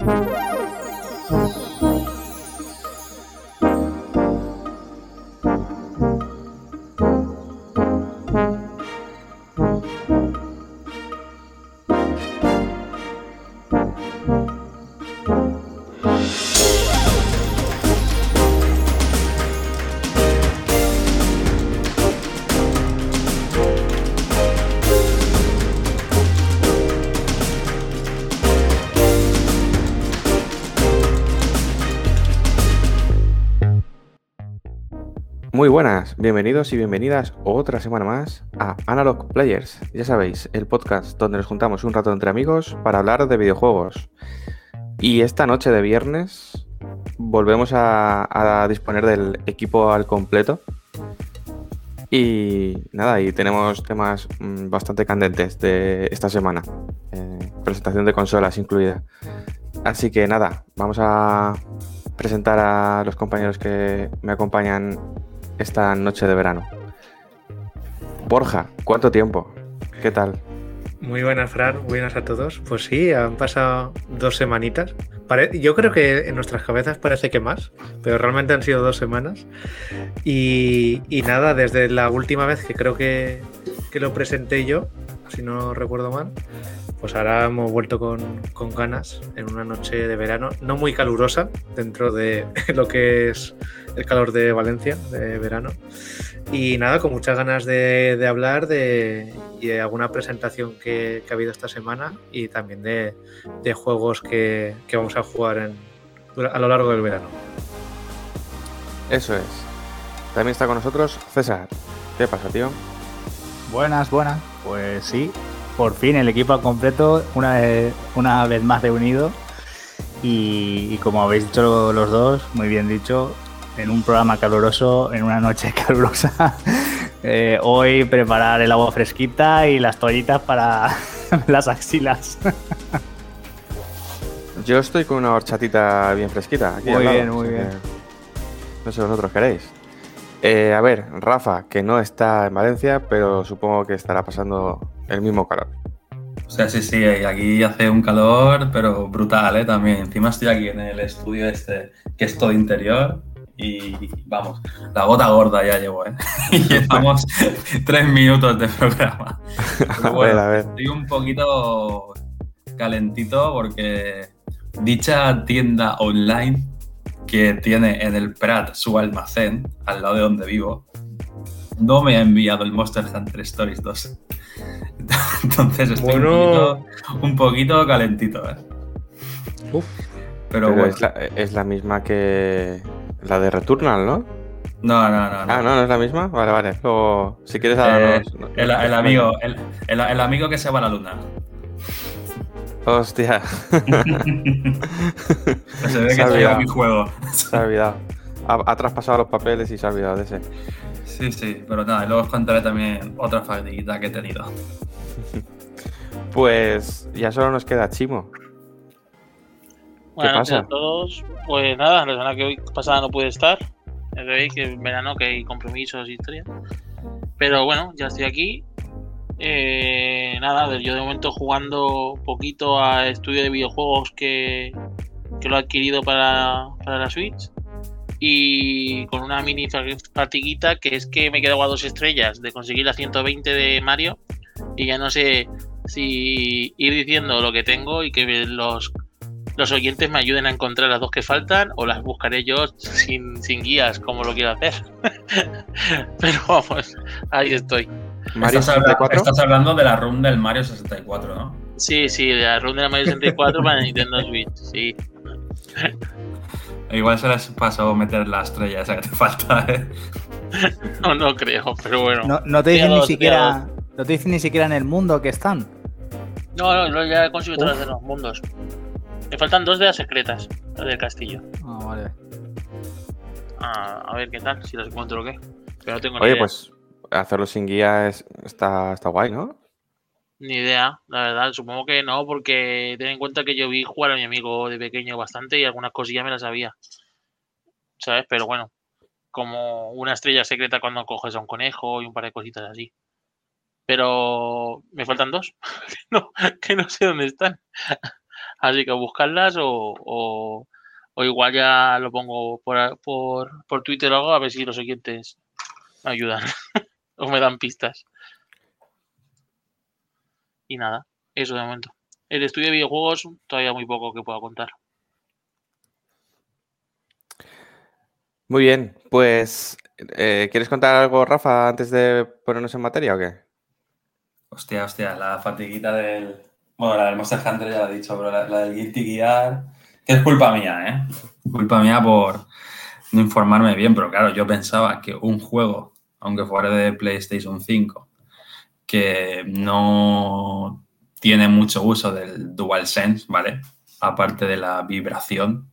Muy buenas, bienvenidos y bienvenidas otra semana más a Analog Players. Ya sabéis, el podcast donde nos juntamos un rato entre amigos para hablar de videojuegos. Y esta noche de viernes volvemos a disponer del equipo al completo. Y nada, y tenemos temas bastante candentes de esta semana. Presentación de consolas incluida. Así que nada, vamos a presentar a los compañeros que me acompañan esta noche de verano. Borja, ¿cuánto tiempo? ¿Qué tal? Muy buenas, Fran, buenas a todos. Pues sí, han pasado 2 semanitas. Yo creo que en nuestras cabezas parece que más, pero realmente han sido 2 semanas. Y nada, desde la última vez que creo que lo presenté yo, si no recuerdo mal, pues ahora hemos vuelto con ganas en una noche de verano, no muy calurosa dentro de lo que es el calor de Valencia, de verano. Y nada, con muchas ganas de hablar y de alguna presentación que ha habido esta semana y también de juegos que vamos a jugar a lo largo del verano. Eso es. También está con nosotros César. ¿Qué pasa, tío? Buenas. Pues sí, por fin el equipo al completo, una vez más reunido. Y como habéis dicho los dos, muy bien dicho, en un programa caluroso, en una noche calurosa, hoy preparar el agua fresquita y las toallitas para las axilas. Yo estoy con una horchatita bien fresquita aquí muy al lado, bien, muy bien. No sé vosotros queréis. A ver, Rafa, que no está en Valencia, pero supongo que estará pasando el mismo calor. O sea, sí, aquí hace un calor, pero brutal, también. Encima estoy aquí en el estudio que es todo interior. Y vamos, la gota gorda ya llevo, Y llevamos 3 minutos de programa. Pero bueno, a ver. Estoy un poquito calentito porque dicha tienda online que tiene en el Prat su almacén, al lado de donde vivo, no me ha enviado el Monster Hunter Stories 2. Entonces estoy un poquito calentito, Uf. Pero bueno. Es la misma que la de Returnal, ¿no? No. Ah, ¿no es la misma? Vale. Luego, si quieres háblanos. El amigo que se va a la luna. Hostia. Se ve que traigo mi juego. Se ha olvidado. Ha traspasado los papeles y se ha olvidado de ese. Sí, pero nada, luego os contaré también otra fatiguita que he tenido. Pues ya solo nos queda Chimo. Buenas noches a todos. Pues nada, la semana que hoy pasada no pude estar. Ya veis que en verano que hay compromisos y historias. Pero bueno, ya estoy aquí. Nada, yo de momento jugando poquito a estudio de videojuegos que lo he adquirido para la Switch. Y con una mini fatiguita que es que me he quedado a 2 estrellas de conseguir la 120 de Mario. Y ya no sé si ir diciendo lo que tengo y que los oyentes me ayuden a encontrar las 2 que faltan o las buscaré yo sin guías como lo quiero hacer. Pero vamos, ahí estoy. ¿Mario 64? Estás hablando de la run del Mario 64, ¿no? Sí, de la run del Mario 64 para Nintendo Switch, sí. Igual se les pasó meter la estrella esa que te falta, No creo, pero bueno. No te dicen ni siquiera en el mundo que están. No, ya he conseguido todas de los mundos. Me faltan 2 de las secretas, las del castillo. Vale. A ver qué tal, si los encuentro o qué. Pero no tengo ni Oye, idea. Pues hacerlo sin guía está guay, ¿no? Ni idea, la verdad. Supongo que no, porque ten en cuenta que yo vi jugar a mi amigo de pequeño bastante y algunas cosillas me las sabía. ¿Sabes? Pero bueno, como una estrella secreta cuando coges a un conejo y un par de cositas así. Pero me faltan 2. Que no sé dónde están. Así que buscarlas o igual ya lo pongo por Twitter o algo a ver si los oyentes me ayudan o me dan pistas. Y nada, eso de momento. El estudio de videojuegos todavía muy poco que pueda contar. Muy bien, pues ¿quieres contar algo, Rafa, antes de ponernos en materia o qué? Hostia, la fatiguita del... Bueno, la del Monster Hunter ya la he dicho, pero la del Guilty Gear... Que es culpa mía, ¿eh? Culpa mía por no informarme bien, pero claro, yo pensaba que un juego, aunque fuera de PlayStation 5, que no tiene mucho uso del DualSense, ¿vale? Aparte de la vibración,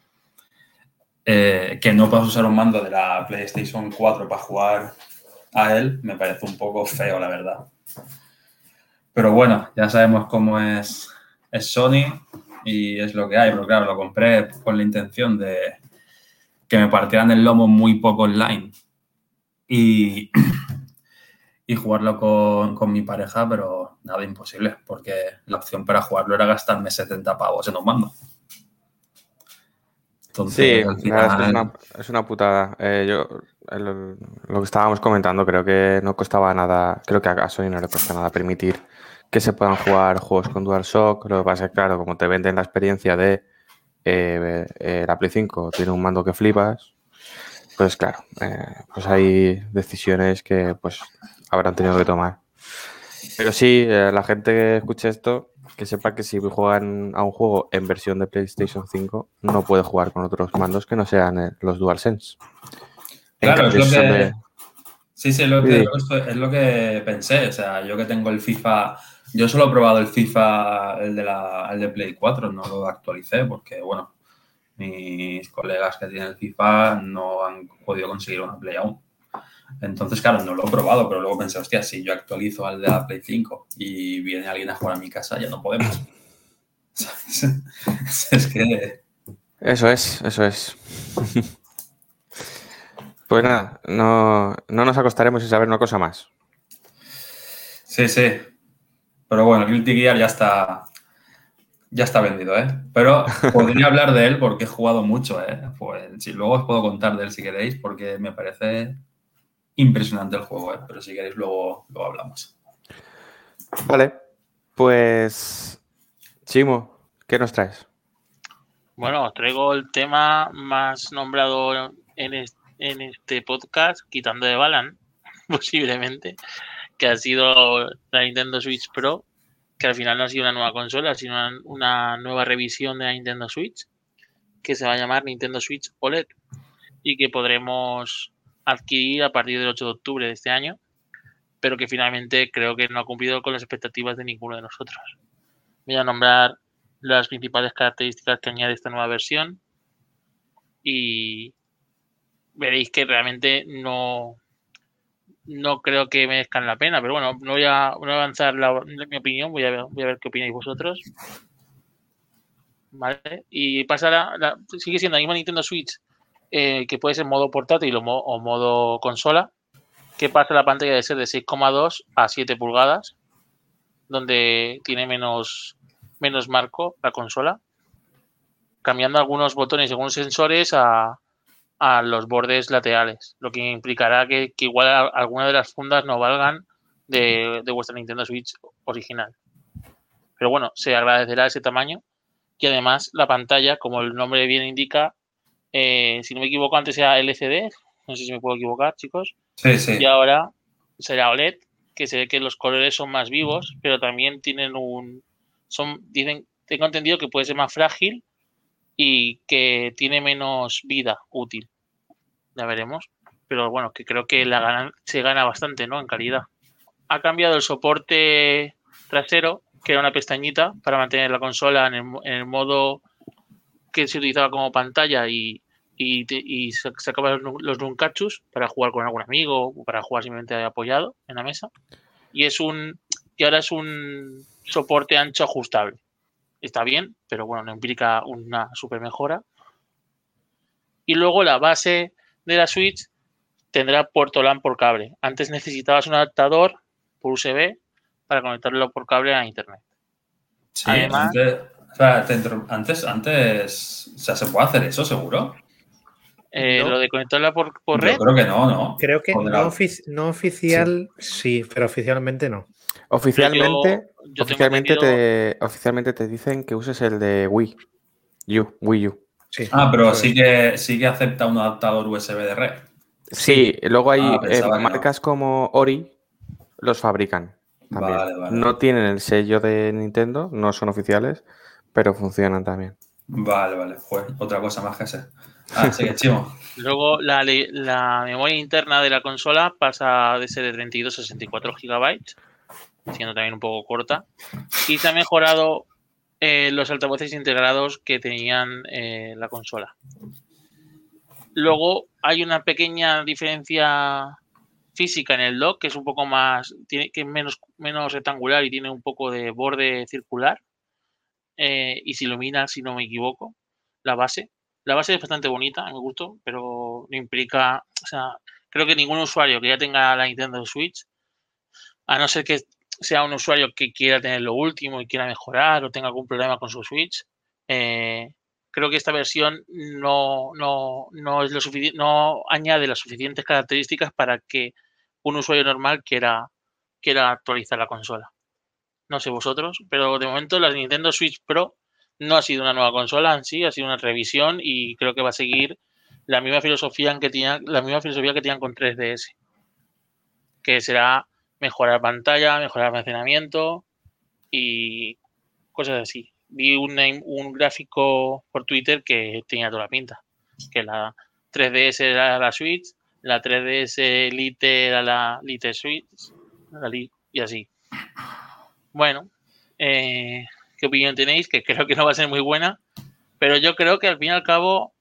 que no puedas usar un mando de la PlayStation 4 para jugar a él, me parece un poco feo, la verdad. Pero bueno, ya sabemos cómo es Sony y es lo que hay. Pero claro, lo compré con la intención de que me partieran el lomo muy poco online y jugarlo con mi pareja, pero nada, imposible, porque la opción para jugarlo era gastarme 70 pavos en un mando. Entonces, Sí, al la verdad final... es una putada. Lo que estábamos comentando, creo que no costaba nada, creo que a Sony no le cuesta nada permitir que se puedan jugar juegos con DualShock. Lo que pasa es que, claro, como te venden la experiencia de la Play 5 tiene un mando que flipas, pues claro, pues hay decisiones que pues habrán tenido que tomar. Pero sí, la gente que escuche esto, que sepa que si juegan a un juego en versión de PlayStation 5, no puede jugar con otros mandos que no sean los DualSense. En Claro, es cambio, lo si son que... de... Sí, Sí, es lo que pensé. O sea, yo que tengo el FIFA... Yo solo he probado el FIFA, el de Play 4, no lo actualicé porque, bueno, mis colegas que tienen el FIFA no han podido conseguir una Play aún. Entonces, claro, no lo he probado, pero luego pensé, hostia, si yo actualizo al de la Play 5 y viene alguien a jugar a mi casa, ya no podemos. Es que... eso es, eso es. Pues nada, no nos acostaremos sin saber una cosa más. Sí, sí. Pero bueno, Guilty Gear ya está vendido, ¿eh? Pero podría hablar de él porque he jugado mucho, ¿eh? Pues sí, luego os puedo contar de él si queréis porque me parece impresionante el juego, ¿eh? Pero si queréis luego hablamos. Vale, pues Chimo, ¿qué nos traes? Bueno, os traigo el tema más nombrado en este podcast, quitando de Balan, posiblemente, que ha sido la Nintendo Switch Pro, que al final no ha sido una nueva consola, sino una nueva revisión de la Nintendo Switch, que se va a llamar Nintendo Switch OLED y que podremos adquirir a partir del 8 de octubre de este año, pero que finalmente creo que no ha cumplido con las expectativas de ninguno de nosotros. Voy a nombrar las principales características que añade esta nueva versión y veréis que realmente no creo que merezcan la pena, pero bueno, no voy a avanzar mi opinión, voy a ver qué opináis vosotros. ¿Vale? Y pasa sigue siendo la misma Nintendo Switch, que puede ser modo portátil o modo consola, que pasa la pantalla de ser de 6,2 a 7 pulgadas, donde tiene menos marco la consola, cambiando algunos botones y algunos sensores a los bordes laterales, lo que implicará que igual alguna de las fundas no valgan de vuestra Nintendo Switch original. Pero bueno, se agradecerá ese tamaño y además la pantalla, como el nombre bien indica, si no me equivoco, antes era LCD, no sé si me puedo equivocar, chicos, Sí, sí. y ahora será OLED, que se ve que los colores son más vivos, pero también tienen tengo entendido que puede ser más frágil y que tiene menos vida útil. Ya veremos. Pero bueno, que creo que se gana bastante, ¿no? En calidad. Ha cambiado el soporte trasero, que era una pestañita para mantener la consola en el modo que se utilizaba como pantalla y sacaba los nunkachus para jugar con algún amigo o para jugar simplemente apoyado en la mesa. Y ahora es un soporte ancho ajustable. Está bien, pero bueno, no implica una super mejora. Y luego la base de la Switch tendrá puerto LAN por cable. Antes necesitabas un adaptador por USB para conectarlo por cable a internet. Sí, Además, Espera, antes, o sea, ¿se puede hacer eso, seguro? No. Lo de conectarla por Yo red. creo que no. Creo que O de no, la- no oficial, sí, pero oficialmente no. Oficialmente, Yo tengo entendido. oficialmente te dicen que uses el de Wii U. Sí, pero eso es. sí que acepta un adaptador USB de red. Sí, luego hay Pensaba que no. marcas como Ori los fabrican también. Vale. No tienen el sello de Nintendo, no son oficiales, pero funcionan también. Vale. Pues otra cosa más que sé. Sigue, Chimo. Luego la memoria interna de la consola pasa de ser de 32 a 64 gigabytes, siendo también un poco corta. Y se ha mejorado los altavoces integrados que tenían la consola. Luego hay una pequeña diferencia física en el dock, que es un poco más, que es menos rectangular y tiene un poco de borde circular. Y se ilumina, si no me equivoco, la base. La base es bastante bonita, me gustó, pero no implica, o sea, creo que ningún usuario que ya tenga la Nintendo Switch, a no ser que sea un usuario que quiera tener lo último y quiera mejorar o tenga algún problema con su Switch, creo que esta versión no es lo suficiente, no añade las suficientes características para que un usuario normal quiera actualizar la consola. No sé vosotros, pero de momento la Nintendo Switch Pro no ha sido una nueva consola en sí, ha sido una revisión y creo que va a seguir la misma filosofía que tenían con 3DS, que será mejorar pantalla, mejorar almacenamiento y cosas así. Vi un gráfico por Twitter que tenía toda la pinta, que la 3DS era la Switch, la 3DS Lite era la Lite Switch, y así. Bueno, ¿qué opinión tenéis? Que creo que no va a ser muy buena, pero yo creo que al fin y al cabo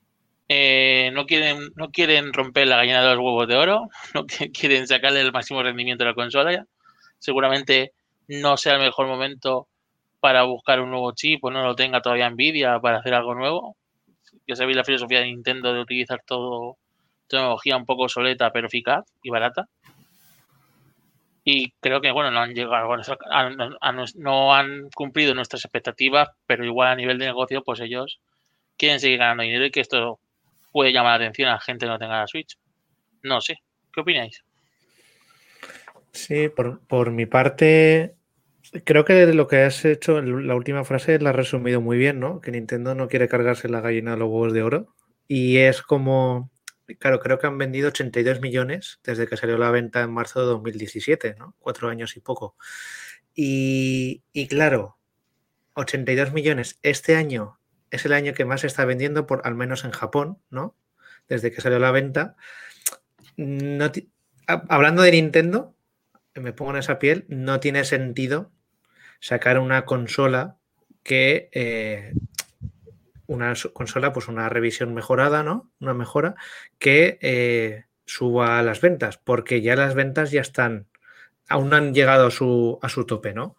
no quieren romper la gallina de los huevos de oro, no quieren sacarle el máximo rendimiento a la consola ya. Seguramente no sea el mejor momento para buscar un nuevo chip o no lo tenga todavía Nvidia para hacer algo nuevo. Ya sabéis la filosofía de Nintendo de utilizar tecnología un poco obsoleta pero eficaz y barata. Y creo que, bueno, no han llegado no han cumplido nuestras expectativas, pero igual a nivel de negocio, pues ellos quieren seguir ganando dinero y que esto puede llamar la atención a la gente que no tenga la Switch. No sé, ¿qué opináis? Sí, por mi parte, creo que lo que has hecho, la última frase la has resumido muy bien, ¿no? Que Nintendo no quiere cargarse la gallina de los huevos de oro. Y es como, claro, creo que han vendido 82 millones desde que salió a la venta en marzo de 2017, ¿no? 4 años y poco. Y claro, 82 millones este año es el año que más se está vendiendo, al menos en Japón, ¿no? Desde que salió a la venta. Hablando de Nintendo, me pongo en esa piel, no tiene sentido sacar una consola pues una revisión mejorada, ¿no? Una mejora que suba las ventas, porque ya las ventas ya están, aún no han llegado a su tope, ¿no?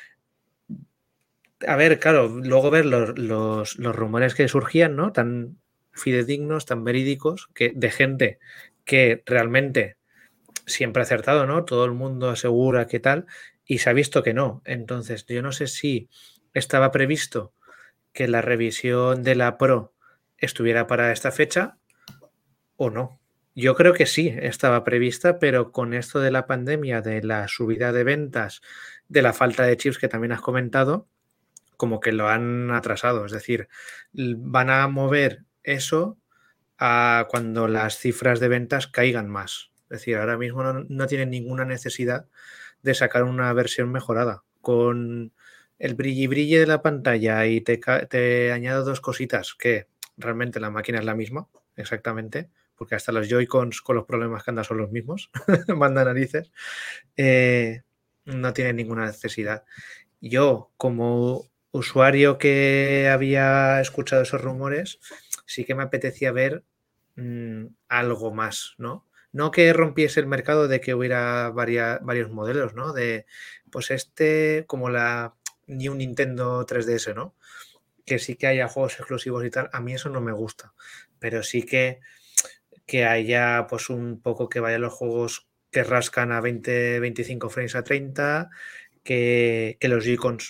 A ver, claro, luego ver los rumores que surgían, ¿no? Tan fidedignos, tan verídicos, de gente que realmente siempre ha acertado, ¿no? Todo el mundo asegura que tal, y se ha visto que no. Entonces, yo no sé si estaba previsto que la revisión de la Pro estuviera para esta fecha o no. Yo creo que sí, estaba prevista, pero con esto de la pandemia, de la subida de ventas, de la falta de chips que también has comentado, como que lo han atrasado. Es decir, van a mover eso a cuando las cifras de ventas caigan más. Es decir, ahora mismo no tienen ninguna necesidad de sacar una versión mejorada. Con el brilli de la pantalla y te añado dos cositas, que realmente la máquina es la misma, exactamente, porque hasta los Joy-Cons con los problemas que andan son los mismos, manda narices, no tienen ninguna necesidad. Yo, como usuario que había escuchado esos rumores, sí que me apetecía ver algo más, ¿no? No que rompiese el mercado de que hubiera varios modelos, ¿no? De, pues como la New Nintendo 3DS, ¿no? Que sí que haya juegos exclusivos y tal. A mí eso no me gusta, pero sí que haya pues un poco que vayan los juegos que rascan a 20, 25 frames a 30, que los Joy-Cons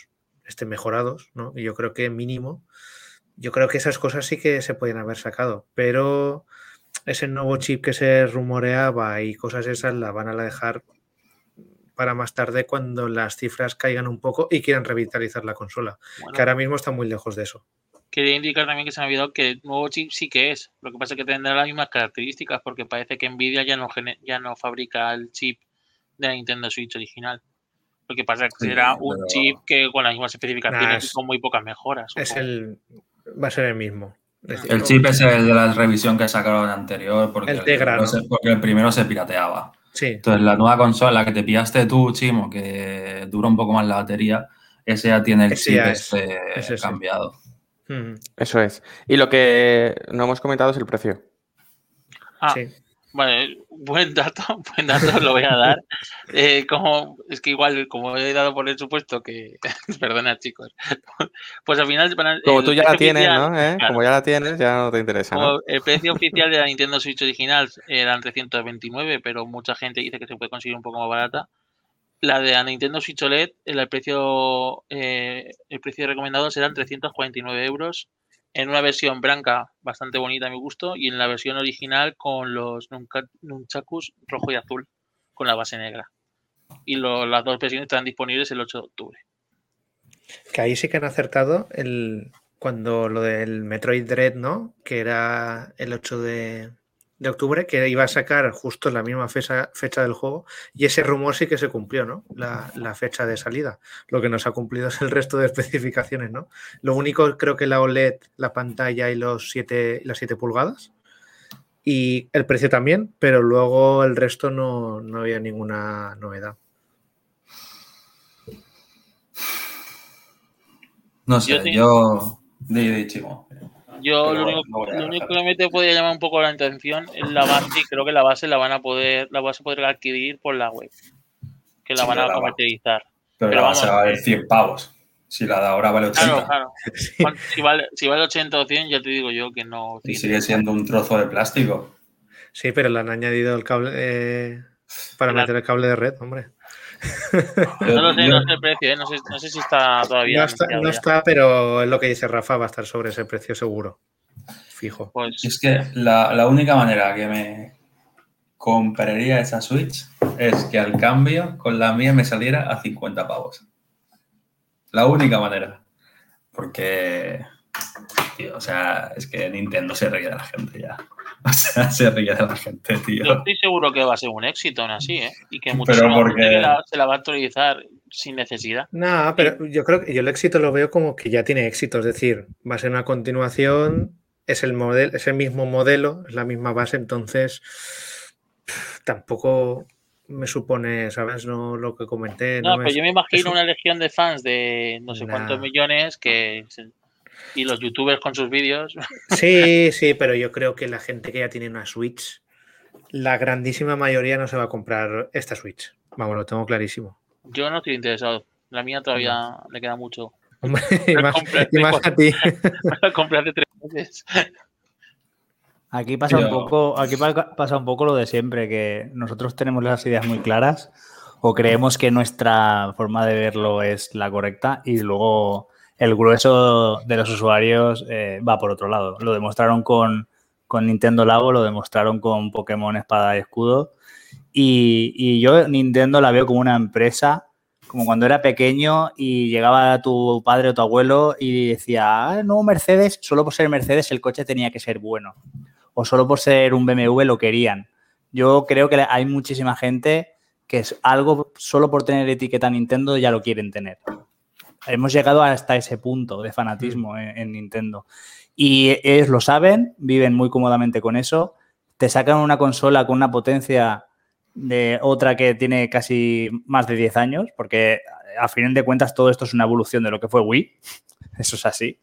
estén mejorados, ¿no? Y yo creo que mínimo, yo creo que esas cosas sí que se pueden haber sacado, pero ese nuevo chip que se rumoreaba y cosas esas la van a dejar para más tarde cuando las cifras caigan un poco y quieran revitalizar la consola, Bueno, que ahora mismo está muy lejos de eso. quería indicar también que se me ha olvidado que el nuevo chip sí que es. Lo que pasa es que tendrá las mismas características porque parece que Nvidia ya no fabrica el chip de la Nintendo Switch original. Lo que pasa es que Sí, será un pero- chip que con las mismas especificaciones y con muy pocas mejoras. Va a ser el mismo. Es decir, El chip es el de la revisión que sacaron anterior porque El Tegra, ¿no? porque el primero se pirateaba. Sí, Entonces, la nueva consola que te pillaste tú, Chimo, que dura un poco más la batería, ese ya tiene el Ese chip ya es ese. cambiado. Eso es. Y lo que no hemos comentado es el precio. Sí. Vale, buen dato, lo voy a dar. Es que igual, como he dado por el supuesto que, perdona chicos, pues al final Como tú ya la tienes, oficial, ¿no? claro, Como ya la tienes, ya no te interesa, ¿no? como el precio oficial de la Nintendo Switch original eran 329, pero mucha gente dice que se puede conseguir un poco más barata. La de la Nintendo Switch OLED, el precio recomendado serán 349 euros en una versión blanca bastante bonita a mi gusto y en la versión original con los nunchakus rojo y azul con la base negra. Y las dos versiones estarán disponibles el 8 de octubre. Que ahí sí que han acertado cuando lo del Metroid Dread, ¿no? Que era el 8 de octubre, que iba a sacar justo la misma fecha del juego, y ese rumor sí que se cumplió, ¿no? La fecha de salida. Lo que nos ha cumplido es el resto de especificaciones, ¿no? Lo único, creo que la OLED, la pantalla y las 7 pulgadas, y el precio también, pero luego el resto no había ninguna novedad. No sé, Chimo. Yo lo único que me podría llamar un poco la atención es la base, y creo que la base la vas a poder adquirir por la web, que la van a comercializar. Pero la base va a valer 100 pavos. Si la de ahora vale 80. Claro. Sí. Si vale 80 o 100, ya te digo yo que no. Y sigue siendo un trozo de plástico. Sí, pero le han añadido el cable para meter el cable de red, hombre. No lo sé, no sé el precio, no sé si está todavía. No está, pero es lo que dice Rafa, va a estar sobre ese precio seguro. Fijo. Pues es que la única manera que me compraría esa Switch es que al cambio con la mía me saliera a 50 pavos. La única manera. Porque, tío, o sea, es que Nintendo se ríe de la gente ya. O sea, se ríe de la gente, tío. Yo estoy seguro que va a ser un éxito aún así, ¿eh? Y que muchísima gente se la va a actualizar sin necesidad. No, pero yo creo que yo el éxito lo veo como que ya tiene éxito. Es decir, va a ser una continuación, es el mismo modelo, es la misma base, entonces tampoco me supone, ¿sabes? No lo que comenté. No, pero yo me imagino una legión de fans de no sé cuántos millones y los youtubers con sus vídeos. Sí, pero yo creo que la gente que ya tiene una Switch, la grandísima mayoría no se va a comprar esta Switch. Vamos, lo tengo clarísimo. Yo no estoy interesado. La mía todavía le queda mucho. Hombre, y más a ti. Me la compré hace 3 meses. Aquí pasa un poco lo de siempre, que nosotros tenemos las ideas muy claras o creemos que nuestra forma de verlo es la correcta y luego el grueso de los usuarios va por otro lado. Lo demostraron con Nintendo Labo, lo demostraron con Pokémon Espada y Escudo y yo Nintendo la veo como una empresa, como cuando era pequeño y llegaba tu padre o tu abuelo y decía, no, Mercedes, solo por ser Mercedes el coche tenía que ser bueno. O solo por ser un BMW lo querían. Yo creo que hay muchísima gente que es algo solo por tener etiqueta Nintendo ya lo quieren tener. Hemos llegado hasta ese punto de fanatismo en Nintendo. Y ellos lo saben, viven muy cómodamente con eso. Te sacan una consola con una potencia de otra que tiene casi más de 10 años, porque a fin de cuentas todo esto es una evolución de lo que fue Wii. Eso es así.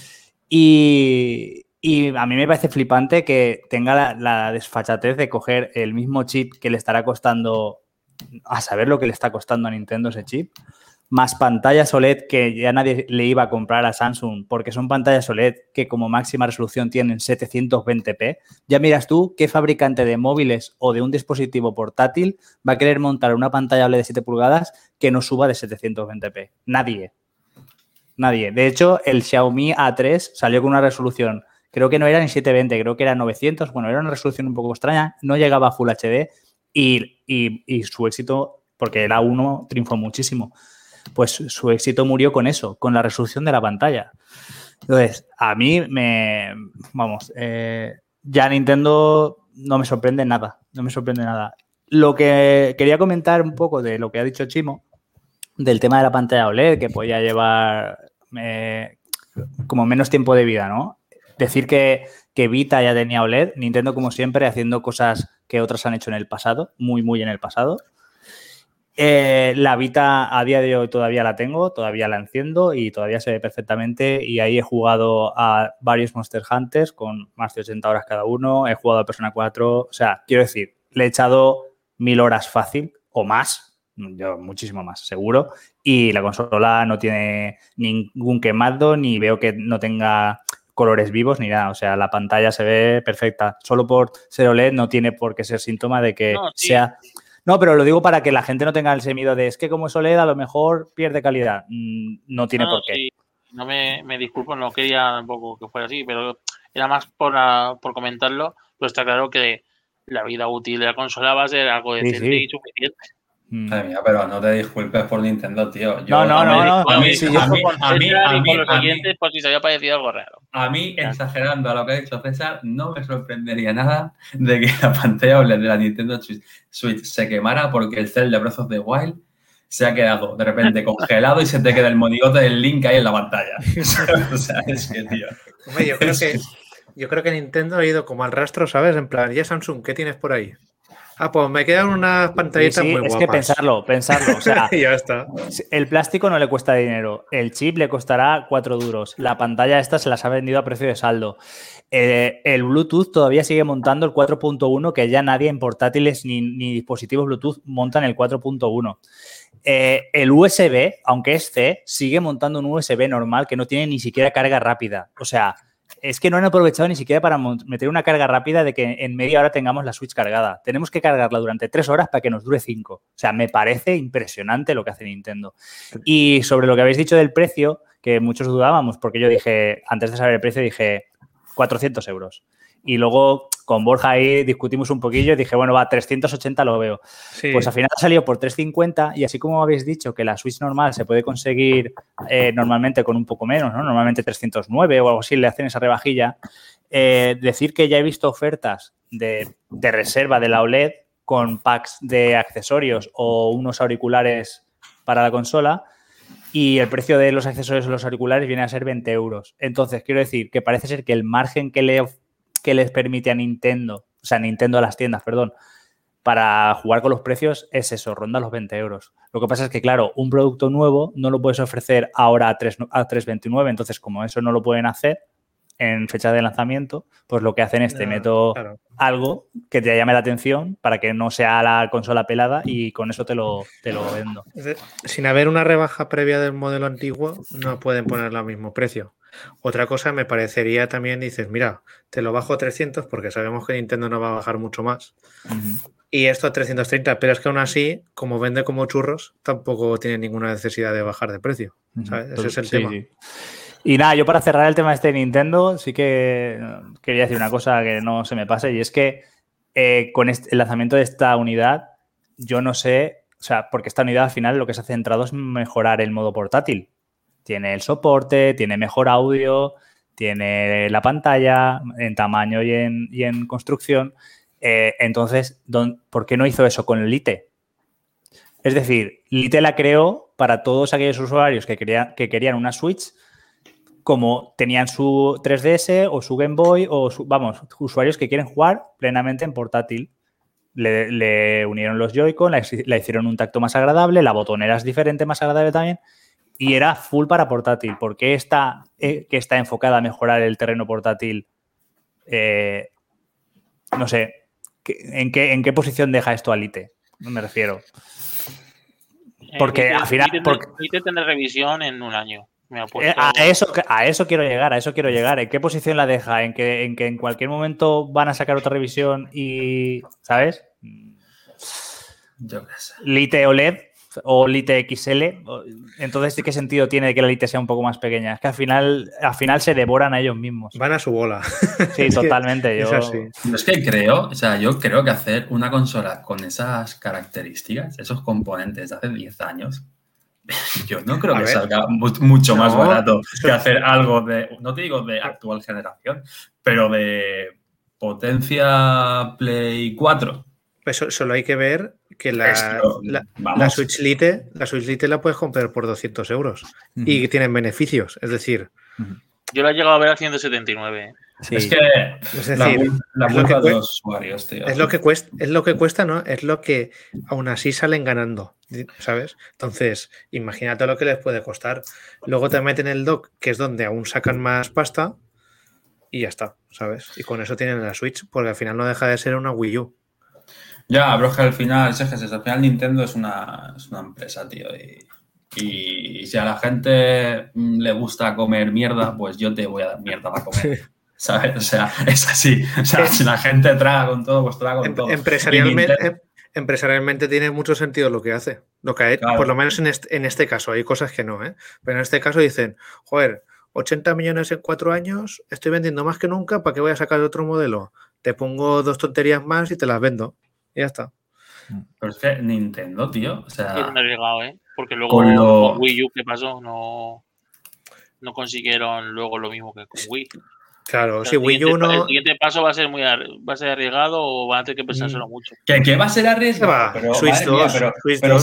Y a mí me parece flipante que tenga la desfachatez de coger el mismo chip que le estará costando, a saber lo que le está costando a Nintendo ese chip, más pantallas OLED que ya nadie le iba a comprar a Samsung porque son pantallas OLED que como máxima resolución tienen 720p. Ya miras tú qué fabricante de móviles o de un dispositivo portátil va a querer montar una pantalla OLED de 7 pulgadas que no suba de 720p. Nadie. Nadie. De hecho, el Xiaomi A3 salió con una resolución, creo que no era en 720, creo que era 900. Bueno, era una resolución un poco extraña, no llegaba a Full HD y su éxito, porque era uno, triunfó muchísimo. Pues su éxito murió con eso, con la resolución de la pantalla. Entonces, a mí ya Nintendo no me sorprende nada, no me sorprende nada. Lo que quería comentar un poco de lo que ha dicho Chimo, del tema de la pantalla OLED, que podía llevar como menos tiempo de vida, ¿no? Decir que Vita ya tenía OLED, Nintendo como siempre haciendo cosas que otras han hecho en el pasado, muy en el pasado. La Vita a día de hoy todavía la tengo, todavía la enciendo y todavía se ve perfectamente, y ahí he jugado a varios Monster Hunters con más de 80 horas cada uno, he jugado a Persona 4, o sea, quiero decir, le he echado 1000 horas fácil o más, yo muchísimo más, seguro, y la consola no tiene ningún quemado, ni veo que no tenga colores vivos ni nada, o sea, la pantalla se ve perfecta, solo por ser OLED no tiene por qué ser síntoma de que sea... No, pero lo digo para que la gente no tenga ese miedo de es que como es OLED a lo mejor pierde calidad. No tiene por qué. Sí. No me disculpo, no quería tampoco que fuera así, pero era más por comentarlo. Pero está claro que la vida útil de la consola va a ser algo decente y suficiente. Madre mía, pero no te disculpes por Nintendo, tío. No. A mí, por si se había parecido algo raro. A mí, exagerando a lo que ha dicho César, no me sorprendería nada de que la pantalla OLED de la Nintendo Switch se quemara porque el Zelda Breath of the Wild se ha quedado de repente congelado y se te queda el monigote del Link ahí en la pantalla. O sea, es que, tío. Hombre, yo creo que Nintendo ha ido como al rastro, ¿sabes? En plan, ya Samsung, ¿qué tienes por ahí? Pues me quedan unas pantallitas muy guapas. Es que pensarlo. O sea, ya está. El plástico no le cuesta dinero. El chip le costará 4 duros. La pantalla esta se las ha vendido a precio de saldo. El Bluetooth todavía sigue montando el 4.1, que ya nadie en portátiles ni dispositivos Bluetooth montan el 4.1. El USB, aunque es C, sigue montando un USB normal que no tiene ni siquiera carga rápida. O sea, es que no han aprovechado ni siquiera para meter una carga rápida de que en media hora tengamos la Switch cargada. Tenemos que cargarla durante 3 horas para que nos dure 5. O sea, me parece impresionante lo que hace Nintendo. Y sobre lo que habéis dicho del precio, que muchos dudábamos, porque yo dije, antes de saber el precio, dije 400 euros. Y luego con Borja ahí discutimos un poquillo y dije, bueno, va, 380 lo veo. Sí. Pues al final ha salido por 350 y así como habéis dicho que la Switch normal se puede conseguir normalmente con un poco menos, ¿no? Normalmente 309 o algo así, le hacen esa rebajilla. Decir que ya he visto ofertas de reserva de la OLED con packs de accesorios o unos auriculares para la consola y el precio de los accesorios o los auriculares viene a ser 20 euros. Entonces, quiero decir que parece ser que el margen que les permite a Nintendo, o sea, Nintendo a las tiendas, perdón, para jugar con los precios es eso, ronda los 20 euros. Lo que pasa es que, claro, un producto nuevo no lo puedes ofrecer ahora a 3,29, entonces como eso no lo pueden hacer en fecha de lanzamiento, pues lo que hacen es te meto algo que te llame la atención para que no sea la consola pelada y con eso te lo vendo. Sin haber una rebaja previa del modelo antiguo, no pueden ponerlo al mismo precio. Otra cosa me parecería también, dices, mira, te lo bajo a 300 porque sabemos que Nintendo no va a bajar mucho más. Y esto a 330, pero es que aún así, como vende como churros, tampoco tiene ninguna necesidad de bajar de precio. ¿Sabes? Ese es el tema. Sí. Y nada, yo para cerrar el tema de Nintendo, sí que quería decir una cosa que no se me pase, y es que con el lanzamiento de esta unidad, yo no sé, o sea, porque esta unidad al final lo que se ha centrado es mejorar el modo portátil. Tiene el soporte, tiene mejor audio, tiene la pantalla en tamaño y en construcción. Entonces, ¿por qué no hizo eso con el Lite? Es decir, Lite la creó para todos aquellos usuarios que querían una Switch, como tenían su 3DS o su Game Boy o, usuarios que quieren jugar plenamente en portátil. Le unieron los Joy-Con, la hicieron un tacto más agradable, la botonera es diferente, más agradable también, y era full para portátil. ¿Por qué está enfocada a mejorar el terreno portátil? No sé, ¿en qué posición deja esto a Lite? No me refiero. Porque al final... Lite tendrá revisión en un año. A eso quiero llegar. ¿En qué posición la deja? ¿En que en cualquier momento van a sacar otra revisión y... ¿Sabes? Yo qué sé. Lite OLED o Lite XL, entonces ¿qué sentido tiene que la Lite sea un poco más pequeña? Es que al final se devoran a ellos mismos. Van a su bola. Sí, totalmente. Es así. Es que yo creo que hacer una consola con esas características, esos componentes de hace 10 años, yo no creo que salga mucho más barato que hacer algo no te digo de actual generación, pero de potencia Play 4. Pues solo hay que ver que la Switch Lite la puedes comprar por 200 euros y tienen beneficios. Es decir, yo la he llegado a ver a 179. Sí. Es que la culpa de los usuarios, tío. Es lo que cuesta, ¿no? Es lo que aún así salen ganando, ¿sabes? Entonces, imagínate lo que les puede costar. Luego te meten el dock, que es donde aún sacan más pasta y ya está, ¿sabes? Y con eso tienen la Switch, porque al final no deja de ser una Wii U. Ya, pero es que al final Nintendo es una empresa, tío, y si a la gente le gusta comer mierda, pues yo te voy a dar mierda para comer, ¿sabes? O sea, es así. O sea, si la gente traga con todo, pues traga con todo. Empresarialmente tiene mucho sentido lo que hace. Lo que hay, claro. Por lo menos en este caso, hay cosas que no, ¿eh? Pero en este caso dicen, joder, 80 millones en 4 años, estoy vendiendo más que nunca, ¿para qué voy a sacar otro modelo? Te pongo 2 tonterías más y te las vendo. Y ya está. Pero es que Nintendo, tío, o sea... Es muy llegado, ¿eh? Porque luego con Wii U, ¿qué pasó? No consiguieron luego lo mismo que con Wii. Claro, o sea, si Wii U no... El siguiente paso va a ser arriesgado o van a tener que pensárselo mucho. ¿Qué va a ser arriesgado? Pero, Switch 2, pero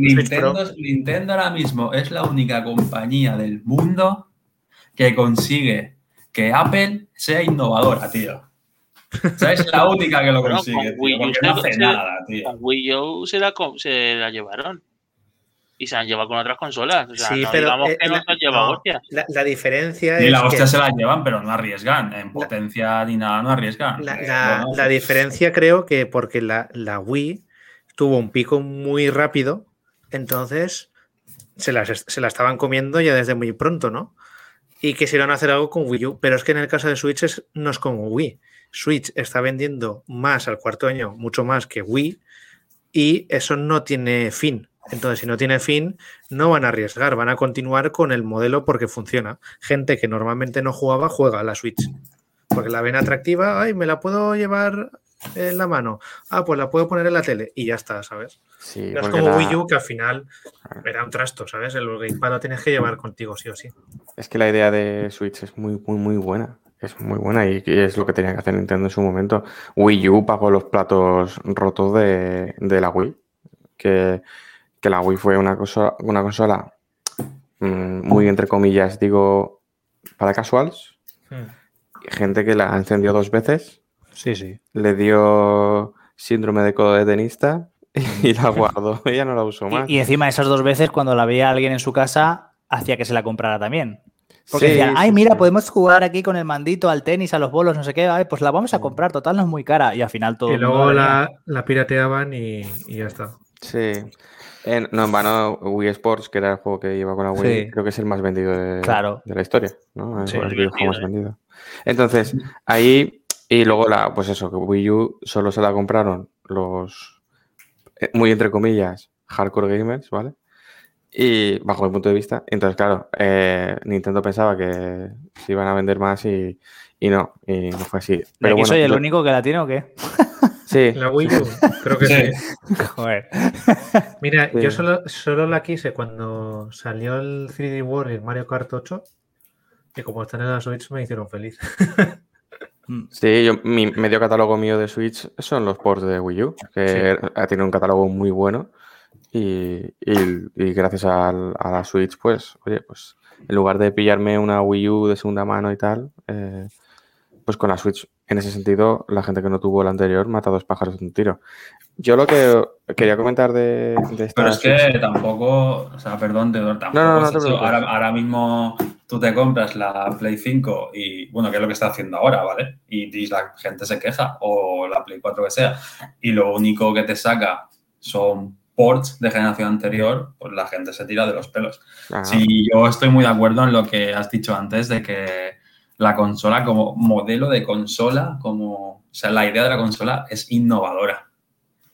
Nintendo ahora mismo es la única compañía del mundo que consigue que Apple sea innovadora, tío. O sea, es la única que lo consigue, tío, porque no hace nada, tío. Con Wii U se la llevaron. Y se han llevado con otras consolas. O sea, sí, no pero digamos que no se han llevado hostias. La diferencia es. Y la hostia se la llevan, pero no arriesgan. En potencia ni nada, no arriesgan. La diferencia creo que porque la Wii tuvo un pico muy rápido, entonces se la estaban comiendo ya desde muy pronto, ¿no? Y quisieron hacer algo con Wii U. Pero es que en el caso de Switch no es como Wii. Switch está vendiendo más al cuarto año, mucho más que Wii, y eso no tiene fin. Entonces, si no tiene fin, no van a arriesgar, van a continuar con el modelo porque funciona. Gente que normalmente no jugaba, juega a la Switch. Porque la ven atractiva, ay, me la puedo llevar en la mano. Ah, pues la puedo poner en la tele y ya está, ¿sabes? Sí, no es como Wii U, que al final era un trasto, ¿sabes? El gamepad lo tienes que llevar contigo, sí o sí. Es que la idea de Switch es muy, muy, muy buena. Es muy buena y es lo que tenía que hacer Nintendo en su momento. Wii U pagó los platos rotos de la Wii. Que la Wii fue una consola muy, entre comillas, digo, para casuals. Gente que la encendió 2 veces. Sí. Le dio síndrome de codo de tenista y la guardó. Ella no la usó más. Y encima esas 2 veces, cuando la veía alguien en su casa, hacía que se la comprara también. Porque decían, ay, mira, podemos jugar aquí con el mandito al tenis, a los bolos, no sé qué, ay, pues la vamos a comprar, total, no es muy cara. Y al final todo. Y luego la pirateaban y ya está. Sí. No en vano, Wii Sports, que era el juego que iba con la Wii, creo que es el más vendido de la historia, ¿no? Es el videojuego más vendido. Entonces, ahí, y luego pues eso, que Wii U solo se la compraron los, muy entre comillas, hardcore gamers, ¿vale? Y bajo mi punto de vista, entonces claro, Nintendo pensaba que se iban a vender más y no fue así. Pero bueno, ¿soy el único que la tiene o qué? Sí. La Wii U, creo que sí. Joder. Mira, yo solo la quise cuando salió el 3D World y el Mario Kart 8 y como están en la Switch me hicieron feliz. Sí, mi medio catálogo mío de Switch son los ports de Wii U, que tiene un catálogo muy bueno. Y gracias a la Switch, pues, oye, pues en lugar de pillarme una Wii U de segunda mano y tal, pues con la Switch, en ese sentido, la gente que no tuvo la anterior mata 2 pájaros de un tiro. Yo lo que quería comentar de esta Pero es que Switch, tampoco, o sea, perdón, tampoco no, es eso. Ahora mismo tú te compras la Play 5 y, bueno, que es lo que está haciendo ahora, ¿vale? Y la gente se queja, o la Play 4 que sea, y lo único que te saca son ports de generación anterior, pues la gente se tira de los pelos. Ajá. Sí, yo estoy muy de acuerdo en lo que has dicho antes de que la consola como modelo de consola, o sea, la idea de la consola es innovadora. O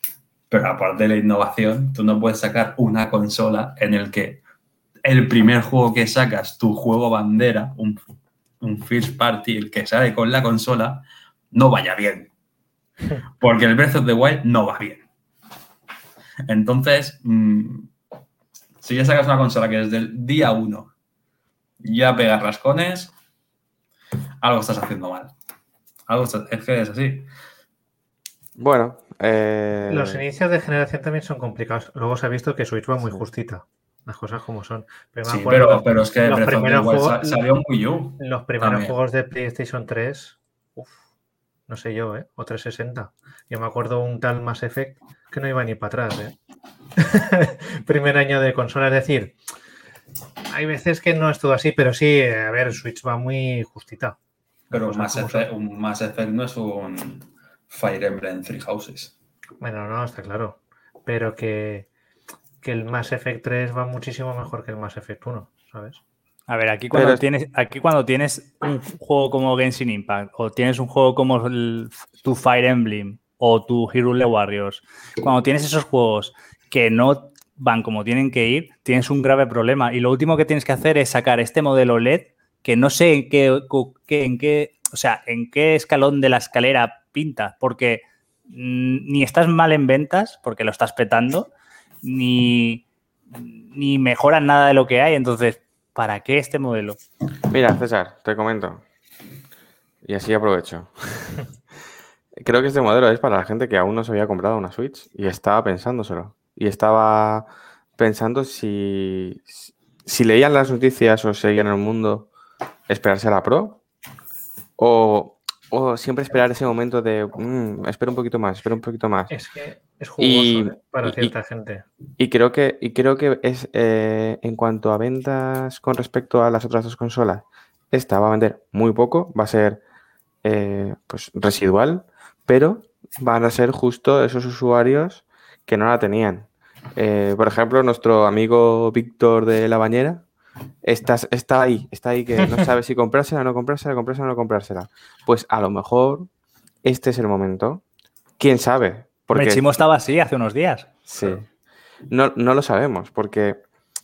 Pero aparte de la innovación, tú no puedes sacar una consola en el que el primer juego que sacas, tu juego bandera, un first party, el que sale con la consola, no vaya bien. Porque el Breath of the Wild no va bien. Entonces, si ya sacas una consola que desde el día 1 ya pega rascones, algo estás haciendo mal. Es que es así. Bueno, Los inicios de generación también son complicados. Luego se ha visto que Switch va muy Sí. justita. Las cosas como son. Pero me Sí, acuerdo pero es que los Breath of the primeros Wild juegos, salió muy U. los primeros también. juegos de PlayStation 3, no sé yo, o 360. Yo me acuerdo un tal Mass Effect que no iba ni para atrás, Primer año de consola, es decir, hay veces que no es todo así, pero sí, a ver, Switch va muy justita. Pero Las cosas como son. un Mass Effect no es un Fire Emblem Three Houses. Bueno, no, está claro. Pero que el Mass Effect 3 va muchísimo mejor que el Mass Effect 1, ¿sabes? A ver, aquí cuando tienes un juego como Genshin Impact o tienes un juego como tu Fire Emblem o tu Hyrule Warriors, cuando tienes esos juegos que no van como tienen que ir, tienes un grave problema. Y lo último que tienes que hacer es sacar este modelo LED que no sé en qué escalón de la escalera pinta, porque ni estás mal en ventas, porque lo estás petando, ni mejoran nada de lo que hay. Entonces, ¿para qué este modelo? Mira, César, te comento. Y así aprovecho. Creo que este modelo es para la gente que aún no se había comprado una Switch y estaba pensándoselo. Y estaba pensando si leían las noticias o seguían el mundo, esperarse a la Pro o siempre esperar ese momento de espera un poquito más, espera un poquito más. Es que es jugoso para Y- cierta gente. Y creo que es en cuanto a ventas con respecto a las otras dos consolas, esta va a vender muy poco, va a ser pues residual, pero van a ser justo esos usuarios que no la tenían. Por ejemplo, nuestro amigo Víctor de la Bañera está ahí que no sabe si comprársela, no comprársela, comprársela o no comprársela. Pues a lo mejor este es el momento. ¿Quién sabe? Porque Chimo estaba así hace unos días. sí. No lo sabemos, porque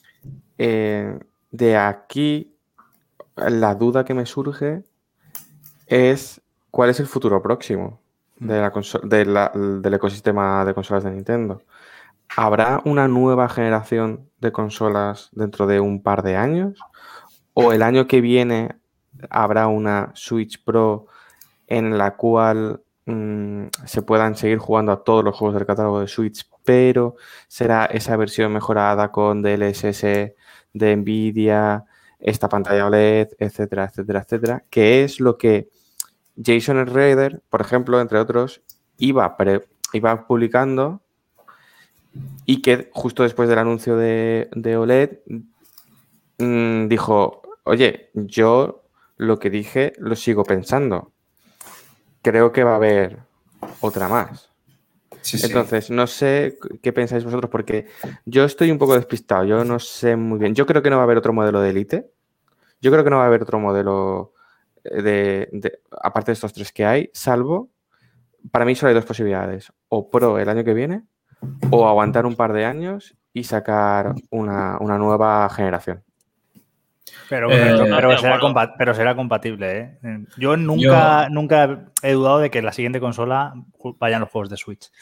de aquí la duda que me surge es cuál es el futuro próximo del ecosistema de consolas de Nintendo. ¿Habrá una nueva generación de consolas dentro de un par de años? ¿O el año que viene habrá una Switch Pro en la cual se puedan seguir jugando a todos los juegos del catálogo de Switch, pero será esa versión mejorada con DLSS de Nvidia, esta pantalla OLED, etcétera, etcétera, etcétera? Que es lo que Jason Schreier, por ejemplo, entre otros, iba publicando y que justo después del anuncio de OLED dijo, oye, yo lo que dije lo sigo pensando. Creo que va a haber otra más. Sí. Entonces, no sé qué pensáis vosotros, porque yo estoy un poco despistado, yo no sé muy bien. Yo creo que no va a haber otro modelo de Elite. Yo creo que no va a haber otro modelo aparte de estos tres que hay, salvo, para mí solo hay dos posibilidades. O Pro el año que viene, o aguantar un par de años y sacar una nueva generación. Pero acuerdo. será compatible, ¿eh? Yo nunca he dudado de que en la siguiente consola vayan los juegos de Switch.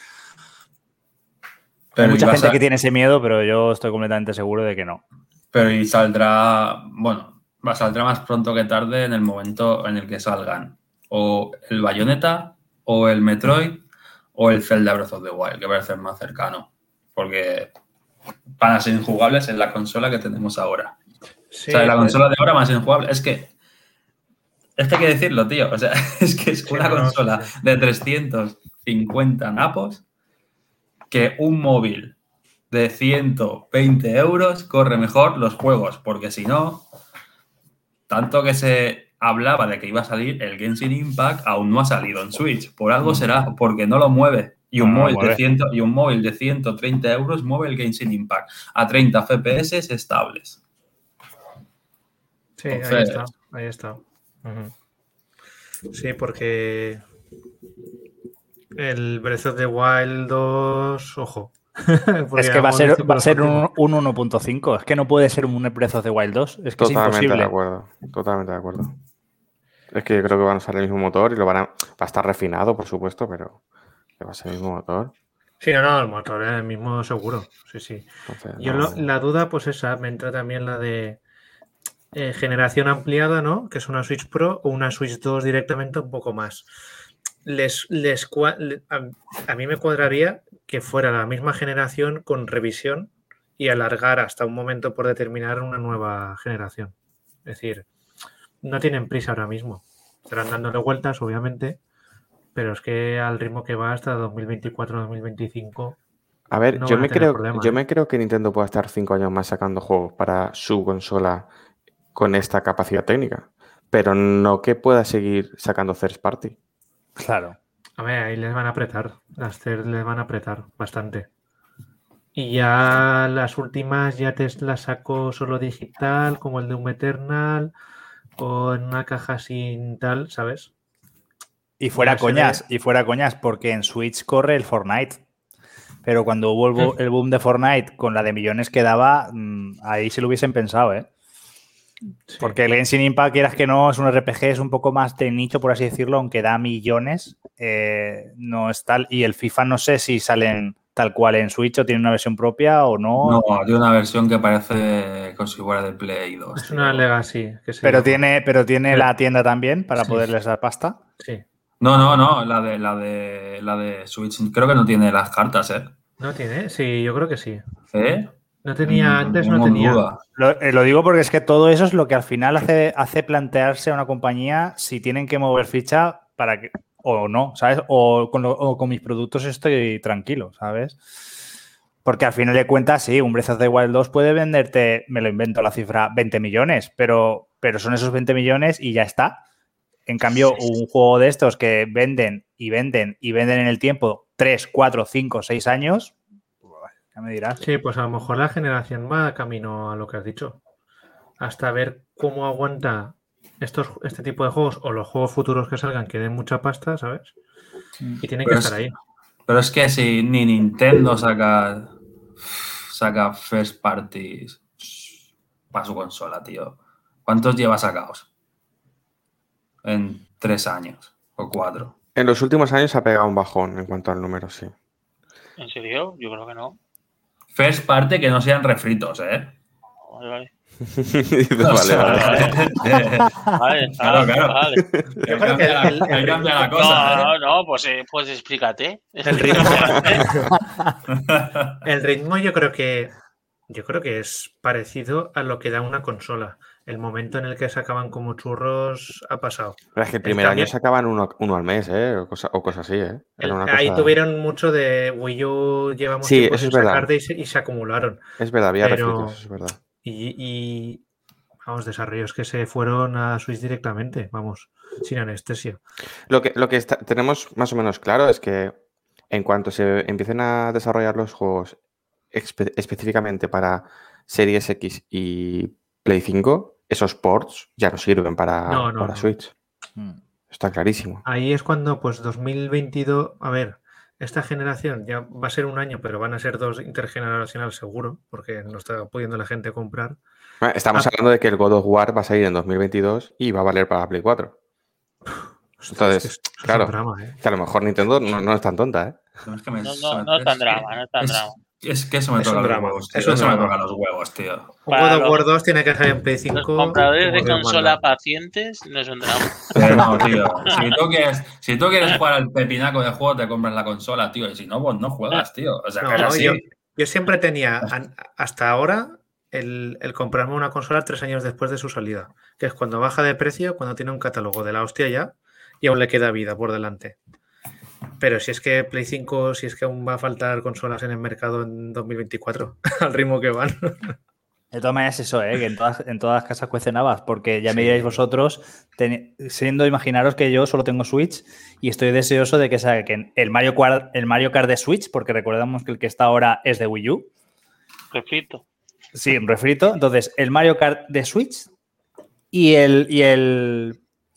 Hay mucha gente que tiene ese miedo, pero yo estoy completamente seguro de que no. Pero y saldrá, bueno, saldrá más pronto que tarde en el momento en el que salgan o el Bayonetta o el Metroid o el Zelda Breath of the Wild, que parece más cercano, porque van a ser injugables en la consola que tenemos ahora. Sí, o sea, la consola de ahora más injugable. Es que hay que decirlo, tío. O sea, es que es una consola de 350 napos que un móvil de 120 euros corre mejor los juegos, porque si no, tanto que se hablaba de que iba a salir el Genshin Impact, aún no ha salido en Switch. Por algo será, porque no lo mueve. Y un, móvil de 130 euros mueve el Genshin Impact a 30 FPS estables. Sí, entonces, ahí está. Sí, porque El Breath of the Wild 2, ojo. Es que va a ser un 1.5. Es que no puede ser un Breath of the Wild 2. Es que es imposible. Totalmente de acuerdo. Es que yo creo que van a usar el mismo motor y va a estar refinado, por supuesto, pero que va a ser el mismo motor. Sí, no, el motor es el mismo seguro. Sí. Entonces, la duda, pues esa, me entra también la de generación ampliada, ¿no? Que es una Switch Pro o una Switch 2 directamente un poco más. A mí me cuadraría que fuera la misma generación con revisión y alargar hasta un momento por determinar una nueva generación. Es decir, no tienen prisa ahora mismo. Estarán dándole vueltas, obviamente, pero es que al ritmo que va hasta 2024-2025... A ver, yo me creo que Nintendo puede estar 5 años más sacando juegos para su consola con esta capacidad técnica, pero no que pueda seguir sacando first party. Claro. A ver, ahí les van a apretar. Las third les van a apretar bastante. Y ya las últimas ya te las saco solo digital, como el de Doom Eternal, o en una caja sin tal, ¿sabes? Y fuera coñas, porque en Switch corre el Fortnite. Pero cuando hubo el boom de Fortnite con la de millones que daba, ahí se lo hubiesen pensado, ¿eh? Sí. Porque el Genshin Impact, quieras que no, es un RPG, es un poco más de nicho, por así decirlo, aunque da millones, no es tal. Y el FIFA no sé si salen tal cual en Switch o tiene una versión propia o no. No, tiene una versión que parece como si fuera de Play 2. Es una Legacy. Pero tiene la tienda también para poderles dar pasta. Sí. No, la de Switch creo que no tiene las cartas, ¿eh? ¿No tiene? Sí, yo creo que sí. ¿Eh? No tenía, antes no tenía. Lo digo porque es que todo eso es lo que al final hace plantearse a una compañía si tienen que mover ficha para que, o no, ¿sabes? O con mis productos estoy tranquilo, ¿sabes? Porque al final de cuentas, sí, un Breath of the Wild 2 puede venderte, me lo invento la cifra, 20 millones, pero son esos 20 millones y ya está. En cambio, un juego de estos que venden en el tiempo 3, 4, 5, 6 años, ya me dirás. Sí, pues a lo mejor la generación va camino a lo que has dicho. Hasta ver cómo aguanta este tipo de juegos o los juegos futuros que salgan que den mucha pasta, ¿sabes? Y tienen que estar ahí. Pero es que si ni Nintendo saca first parties para su consola, tío. ¿Cuántos lleva sacados? En 3 años o 4. En los últimos años ha pegado un bajón en cuanto al número, sí. ¿En serio? Yo creo que no. First party que no sean refritos, ¿eh? Vale. Vale. Claro. Vale. Yo creo que ahí cambia la cosa. No, pues explícate. El ritmo yo creo que es parecido a lo que da una consola. El momento en el que sacaban como churros ha pasado. Pero es que el primer año sacaban uno al mes, o cosas así, ¿eh? Ahí tuvieron mucho de Wii U, llevamos tiempo sin sacarte y se acumularon. Es verdad, había refritos, es verdad. Y vamos, desarrollos que se fueron a Switch directamente, vamos, sin anestesia. Lo que tenemos más o menos claro es que en cuanto se empiecen a desarrollar los juegos específicamente para Series X y Play 5, esos ports ya no sirven para Switch. Está clarísimo. Ahí es cuando, pues 2022, a ver, esta generación ya va a ser un año, pero van a ser 2 intergeneracional seguro, porque no está pudiendo la gente comprar. Estamos hablando de que el God of War va a salir en 2022 y va a valer para Play 4. Entonces, claro, drama, que a lo mejor Nintendo no es tan tonta, ¿eh? No es tan drama, no es tan drama. Es que eso me toca los huevos, tío. Eso me toca los huevos, tío. Un God of War 2 tiene que salir en Play 5. Los compradores de consola pacientes no es un drama. No, tío. Si tú quieres jugar al pepinaco de juego, te compras la consola, tío. Y si no, pues no juegas, tío. O sea, yo siempre tenía, hasta ahora, el comprarme una consola 3 años después de su salida. Que es cuando baja de precio, cuando tiene un catálogo de la hostia ya, y aún le queda vida por delante. Pero si es que Play 5, si es que aún va a faltar consolas en el mercado en 2024, al ritmo que van. De todas maneras, eso, que en todas las casas cuecen habas, porque ya me diréis vosotros, imaginaros que yo solo tengo Switch y estoy deseoso de que saquen el Mario Kart de Switch, porque recordamos que el que está ahora es de Wii U. Refrito. Sí, un refrito. Entonces, el Mario Kart de Switch y el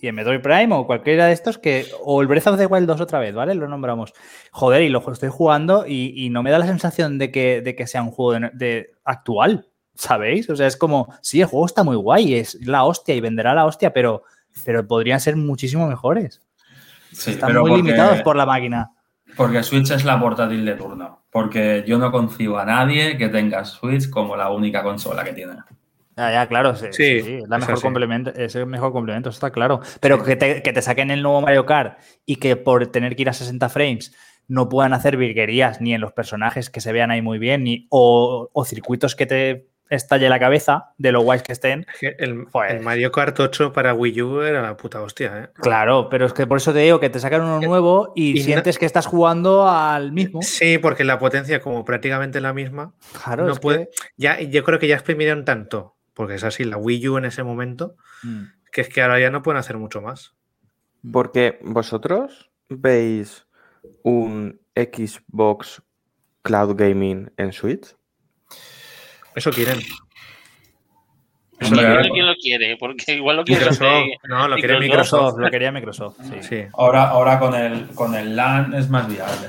Y en Metroid Prime o cualquiera de estos o el Breath of the Wild 2 otra vez, ¿vale? Lo nombramos. Joder, y lo estoy jugando y no me da la sensación de que sea un juego de actual, ¿sabéis? O sea, es como, sí, el juego está muy guay, es la hostia y venderá la hostia, pero podrían ser muchísimo mejores. Sí, están pero muy porque, limitados por la máquina. Porque Switch es la portátil de turno. Porque yo no concibo a nadie que tenga Switch como la única consola que tiene. Ya, claro, sí, es la mejor complemento, es el mejor complemento, eso está claro. Pero sí. que te saquen el nuevo Mario Kart y que por tener que ir a 60 frames no puedan hacer virguerías ni en los personajes que se vean ahí muy bien, o circuitos que te estalle la cabeza de lo guays que estén. El Mario Kart 8 para Wii U era la puta hostia, ¿eh? Claro, pero es que por eso te digo que te sacan uno nuevo y sientes que estás jugando al mismo. Sí, porque la potencia como prácticamente la misma. Claro, no puede. Ya, yo creo que ya exprimieron tanto, porque es así, la Wii U en ese momento, que es que ahora ya no pueden hacer mucho más. Porque vosotros veis un Xbox Cloud Gaming en Switch. Eso quieren. Eso ¿quién lo quiere? Porque igual lo quiere No, lo quiere Microsoft. Lo quería Microsoft, sí. Ahora con el LAN es más viable.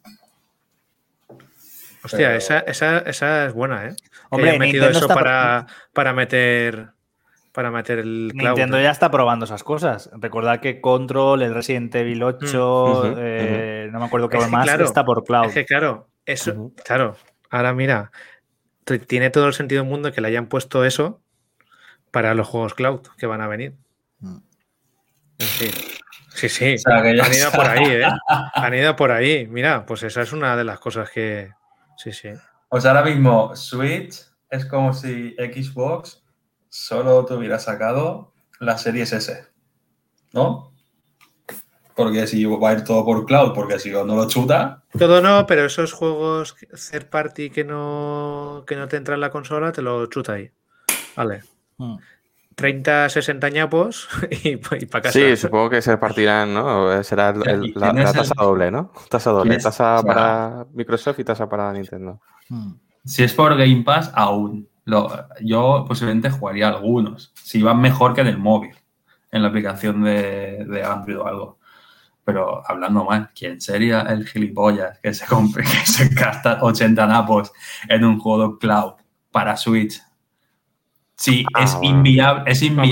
Hostia, esa es buena, ¿eh? Hombre, he metido eso para meter el cloud. Nintendo ya está probando esas cosas. Recordad que Control, el Resident Evil 8, no me acuerdo qué más, está por cloud. Es que claro, eso, claro. Ahora mira, tiene todo el sentido del mundo que le hayan puesto eso para los juegos cloud que van a venir. Sí. O sea, que han ido por ahí, ¿eh? Han ido por ahí. Mira, pues esa es una de las cosas que... Sí. Pues ahora mismo Switch es como si Xbox solo te hubiera sacado la Series S, ¿no? Porque si va a ir todo por cloud, porque si no lo chuta... Todo no, pero esos juegos third party que no te entran en la consola, te lo chuta ahí. Vale. 30, 60 ñapos y para casa. Sí, supongo que se partirán, ¿no? Será la tasa doble, ¿no? Tasa doble. Tasa para Microsoft y tasa para Nintendo. Si es por Game Pass, aún. Yo posiblemente jugaría algunos. Si van mejor que en el móvil, en la aplicación de Android o algo. Pero hablando mal, ¿quién sería el gilipollas que se gasta 80 napos en un juego cloud para Switch? Sí, es inviable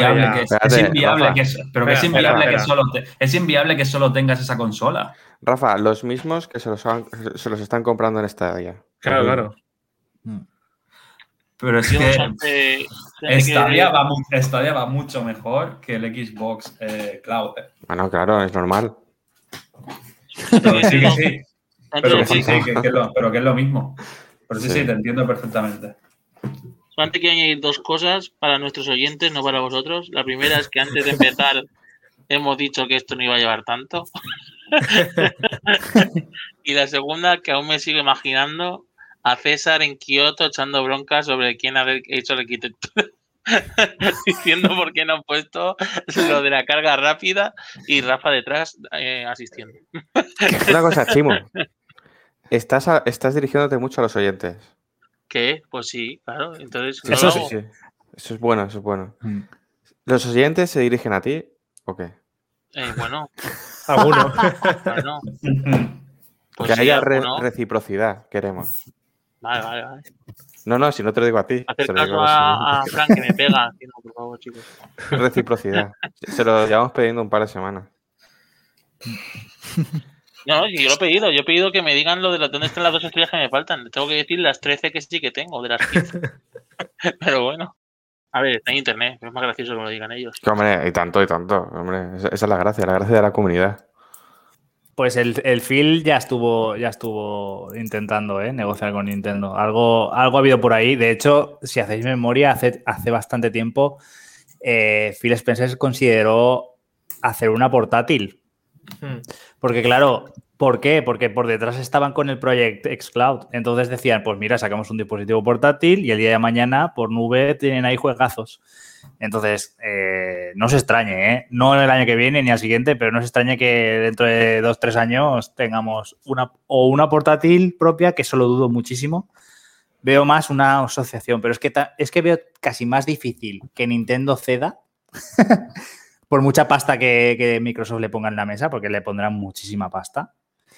que solo tengas esa consola. Rafa, los mismos que se los están comprando en Stadia. Claro. Pero es que Stadia va mucho mejor que el Xbox Cloud. Bueno, claro, es normal. Pero sí que sí. Pero que es lo mismo. Pero sí, te entiendo perfectamente. Solamente quiero añadir dos cosas para nuestros oyentes, no para vosotros. La primera es que antes de empezar hemos dicho que esto no iba a llevar tanto. Y la segunda, que aún me sigo imaginando a César en Kioto echando bronca sobre quién haber hecho la arquitectura. Diciendo por qué no han puesto lo de la carga rápida y Rafa detrás asistiendo. Una cosa, Chimo. Estás dirigiéndote mucho a los oyentes. ¿Qué? Pues sí, claro. Entonces, sí, sí. Eso es bueno. ¿Los oyentes se dirigen a ti o qué? Bueno. Alguno. Bueno. Pues que haya reciprocidad, queremos. Vale. No, si no te lo digo a ti. Hacer caso a Frank que me pega. No, por favor, chicos. Reciprocidad. Se lo llevamos pidiendo un par de semanas. No, yo lo he pedido. Yo he pedido que me digan lo de dónde están las 2 estrellas que me faltan. Tengo que decir las 13 que sí que tengo, de las 15. Pero bueno. A ver, está en internet. Es más gracioso que me lo digan ellos. Hombre, y tanto. Hombre, esa es la gracia de la comunidad. Pues el Phil ya estuvo intentando negociar con Nintendo. Algo ha habido por ahí. De hecho, si hacéis memoria, hace bastante tiempo, Phil Spencer consideró hacer una portátil. Porque claro, ¿por qué? Porque por detrás estaban con el Project xCloud. Entonces decían, pues mira, sacamos un dispositivo portátil y el día de mañana por nube tienen ahí juegazos. Entonces, no se extrañe, no el año que viene ni al siguiente, pero no se extrañe que dentro de 2-3 años tengamos una portátil propia, que eso lo dudo muchísimo. Veo más una asociación, pero es que veo casi más difícil que Nintendo ceda por mucha pasta que Microsoft le ponga en la mesa, porque le pondrán muchísima pasta,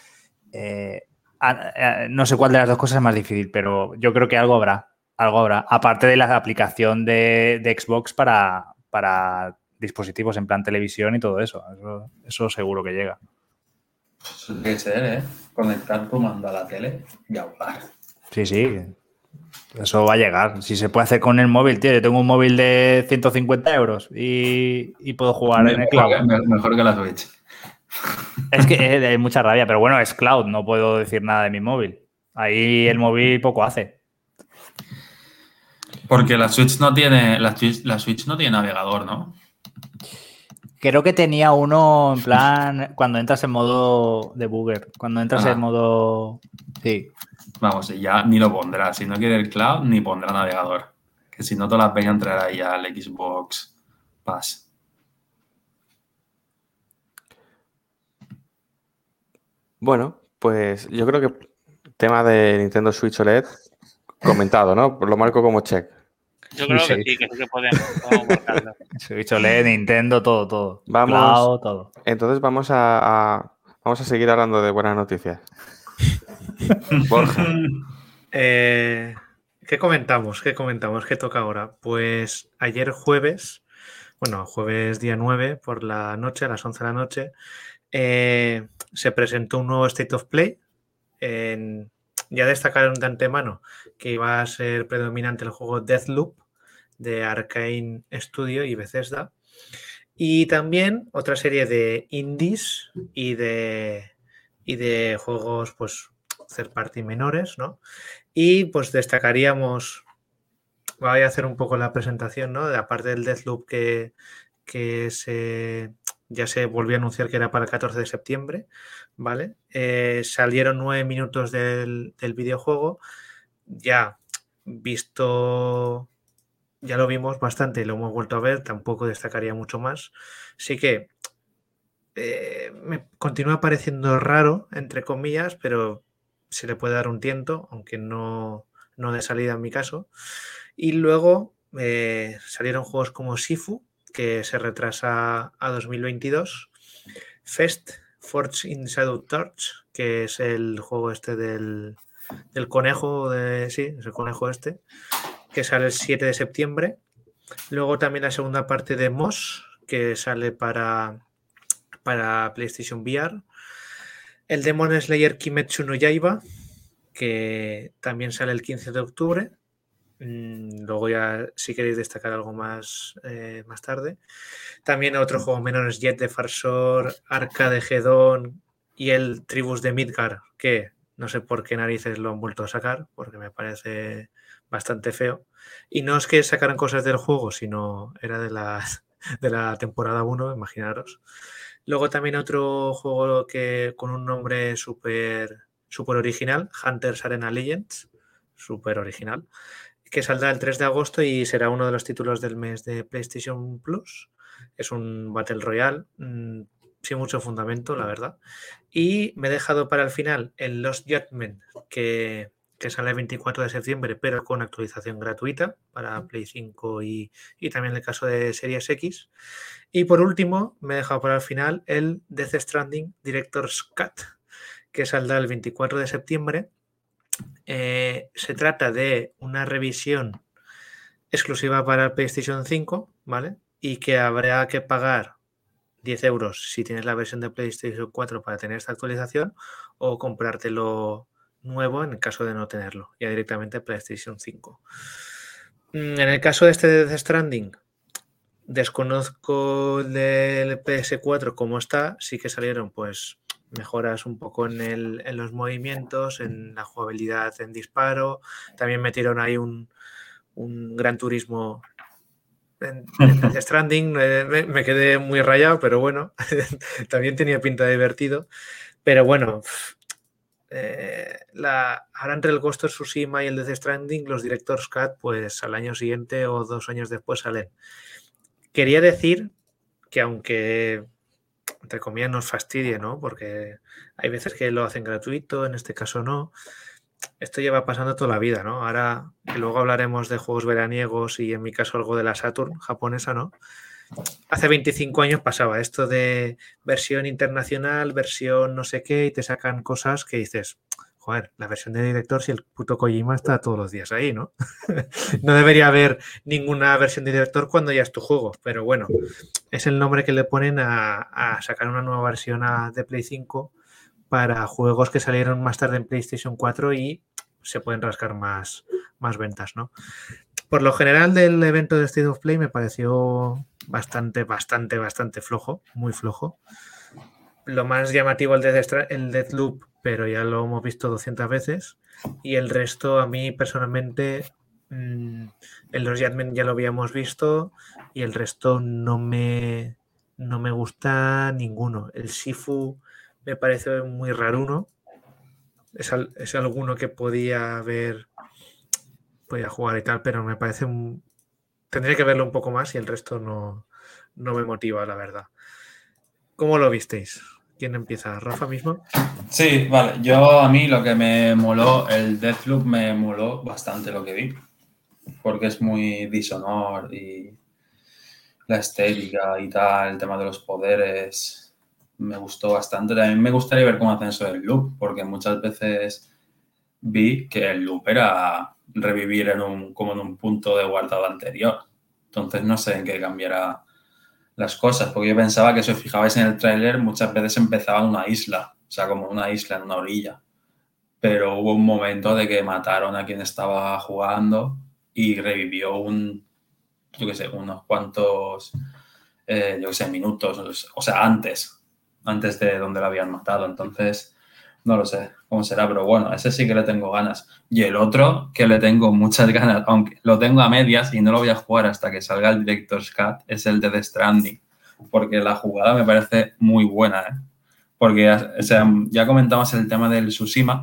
no sé cuál de las dos cosas es más difícil, pero yo creo que algo habrá. Aparte de la aplicación de Xbox para dispositivos en plan televisión y todo eso. Eso seguro que llega. Tiene que ser, ¿eh? Conectar tu mando a la tele y hablar. Sí. Eso va a llegar. Si se puede hacer con el móvil, tío. Yo tengo un móvil de 150 euros y puedo jugar en el cloud. Mejor que la Switch. Es que hay mucha rabia, pero bueno, es cloud. No puedo decir nada de mi móvil. Ahí el móvil poco hace. Porque la Switch no tiene navegador, ¿no? Creo que tenía uno en plan cuando entras en modo debugger. Cuando entras en modo... Sí. Vamos, ya ni lo pondrá. Si no quiere el cloud, ni pondrá navegador. Que si no, todas las peñas entrará ahí al Xbox Pass. Bueno, pues yo creo que tema de Nintendo Switch OLED comentado, ¿no? Lo marco como check. Yo creo que sí que podemos marcarlo. Switch OLED, Nintendo, todo. Vamos, Cloud, todo. Entonces vamos a seguir hablando de buenas noticias. Borja. ¿Qué comentamos? ¿Qué toca ahora? Pues ayer jueves día 9 por la noche, a las 11 de la noche, se presentó un nuevo State of Play. Ya destacaron de antemano que iba a ser predominante el juego Deathloop de Arcane Studio y Bethesda. Y también otra serie de indies y de juegos, pues, third party menores, ¿no? Y pues destacaríamos, voy a hacer un poco la presentación, ¿no? De aparte del Deathloop que ya se volvió a anunciar que era para el 14 de septiembre, ¿vale? Salieron 9 minutos del videojuego. Ya lo vimos bastante, lo hemos vuelto a ver, tampoco destacaría mucho más. Sí que me continúa pareciendo raro, entre comillas, pero se le puede dar un tiento, aunque no de salida en mi caso. Y luego salieron juegos como Sifu, que se retrasa a 2022. Fest, Forge in Shadow Torch, que es el juego este del conejo, es el conejo este, que sale el 7 de septiembre. Luego también la segunda parte de Moss, que sale para PlayStation VR. El Demon Slayer Kimetsu no Yaiba, que también sale el 15 de octubre. Luego ya, si queréis destacar algo más tarde. También otro juego menor es Jet de Farsor, Arca de Gedón y el Tribus de Midgar, que no sé por qué narices lo han vuelto a sacar, porque me parece bastante feo. Y no es que sacaran cosas del juego, sino era de la temporada 1, imaginaros. Luego también otro juego que con un nombre súper original, Hunters Arena Legends, súper original, que saldrá el 3 de agosto y será uno de los títulos del mes de PlayStation Plus. Es un Battle Royale sin mucho fundamento, la verdad. Y me he dejado para el final el Lost Judgment, que sale el 24 de septiembre, pero con actualización gratuita para Play 5 y también el caso de Series X. Y por último, me he dejado para el final el Death Stranding Director's Cut, que saldrá el 24 de septiembre. Se trata de una revisión exclusiva para el PlayStation 5, ¿vale? Y que habrá que pagar 10 euros si tienes la versión de PlayStation 4 para tener esta actualización, o comprártelo nuevo en el caso de no tenerlo, ya directamente PlayStation 5. En el caso de este Death Stranding, desconozco del PS4 cómo está. Sí que salieron pues mejoras un poco en los movimientos, en la jugabilidad en disparo. También metieron ahí un Gran Turismo en Death Stranding. Me quedé muy rayado, pero bueno, también tenía pinta de divertido. Pero bueno, ahora entre el Ghost of Tsushima y el Death Stranding, los Director's Cut, pues al año siguiente o 2 años después salen. Quería decir que aunque entre comillas nos fastidie, ¿no? Porque hay veces que lo hacen gratuito, en este caso no. Esto lleva pasando toda la vida, ¿no? Ahora que luego hablaremos de juegos veraniegos y en mi caso algo de la Saturn japonesa, ¿no? hace 25 años pasaba esto de versión internacional, versión no sé qué, y te sacan cosas que dices, joder, la versión de director, si el puto Kojima está todos los días ahí, ¿no? No debería haber ninguna versión de director cuando ya es tu juego, pero bueno, es el nombre que le ponen a sacar una nueva versión de Play 5 para juegos que salieron más tarde en PlayStation 4 y se pueden rascar más ventas, ¿no? Por lo general del evento de State of Play me pareció bastante flojo, muy flojo. Lo más llamativo el Deathloop, pero ya lo hemos visto 200 veces. Y el resto, a mí personalmente, el Los Jadmen ya lo habíamos visto y el resto no me gusta ninguno. El Shifu me parece muy raruno. Es alguno que podía jugar y tal, pero me parece tendría que verlo un poco más y el resto no me motiva, la verdad. ¿Cómo lo visteis? ¿Quién empieza? ¿Rafa mismo? Sí, vale. A mí lo que me moló, el Deathloop me moló bastante lo que vi, porque es muy Dishonored y la estética y tal, el tema de los poderes, me gustó bastante. También me gustaría ver cómo hacen eso del loop, porque muchas veces vi que el loop era revivir como en un punto de guardado anterior. Entonces no sé en qué cambiará las cosas, porque yo pensaba que si os fijabais en el tráiler muchas veces empezaba en una isla, o sea, como una isla en una orilla. Pero hubo un momento de que mataron a quien estaba jugando y revivió unos cuantos, minutos, o sea, antes de donde lo habían matado. Entonces, no lo sé cómo será, pero bueno, ese sí que le tengo ganas. Y el otro, que le tengo muchas ganas, aunque lo tengo a medias y no lo voy a jugar hasta que salga el Director's Cut, es el de Death Stranding, porque la jugada me parece muy buena, ¿eh? Porque, o sea, ya comentamos el tema del Tsushima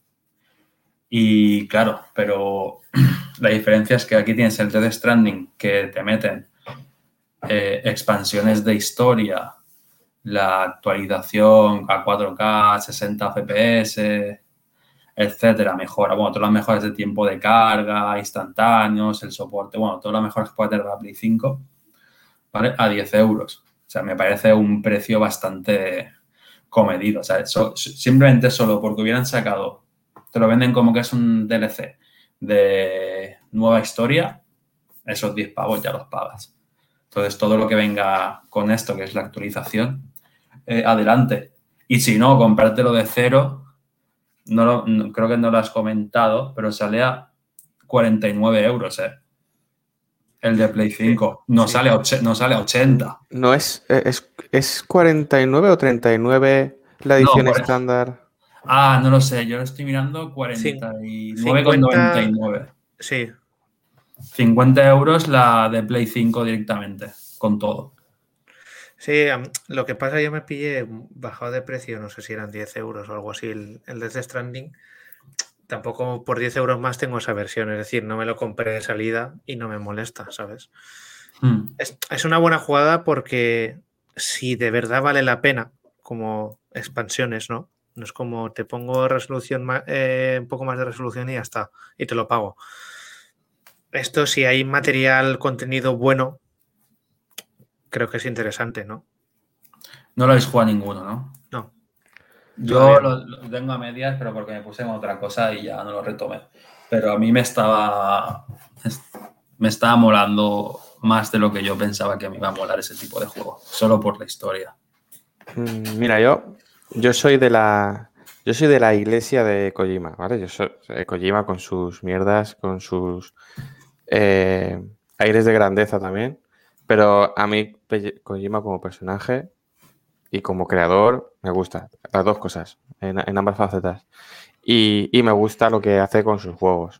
y claro, pero la diferencia es que aquí tienes el Death Stranding que te meten expansiones de historia, la actualización a 4K, 60 FPS, etcétera, mejora, bueno, todas las mejoras de tiempo de carga, instantáneos, el soporte, bueno, todas las mejoras que puede tener la Play 5, ¿vale? A 10 euros. O sea, me parece un precio bastante comedido. O sea, simplemente solo porque hubieran sacado, te lo venden como que es un DLC de nueva historia, esos 10 pavos ya los pagas. Entonces, todo lo que venga con esto, que es la actualización, adelante. Y si no, comprártelo de cero, creo que no lo has comentado, pero sale a 49 euros, el de Play 5. No, sí. No sale a 80. ¿No es 49 o 39 la edición estándar? Ah, no lo sé. Yo lo estoy mirando 49,99. Sí. 50 euros la de Play 5 directamente, con todo. Sí, lo que pasa, yo me pillé bajado de precio, no sé si eran 10 euros o algo así, el Death Stranding. Tampoco por 10 euros más tengo esa versión, es decir, no me lo compré de salida y no me molesta, ¿sabes? Es una buena jugada porque si de verdad vale la pena, como expansiones, ¿no? No es como te pongo resolución, un poco más de resolución y ya está, y te lo pago. Esto, si hay material, contenido bueno, creo que es interesante, ¿no? No lo habéis jugado ninguno, ¿no? No. Yo lo tengo a medias, pero porque me puse en otra cosa y ya no lo retomé. Pero a mí me estaba molando más de lo que yo pensaba que me iba a molar ese tipo de juego, solo por la historia. Mira, yo soy de la iglesia de Kojima, ¿vale? Yo soy Kojima con sus mierdas, con sus aires de grandeza también, pero a mí Kojima como personaje y como creador me gusta las dos cosas en ambas facetas y me gusta lo que hace con sus juegos.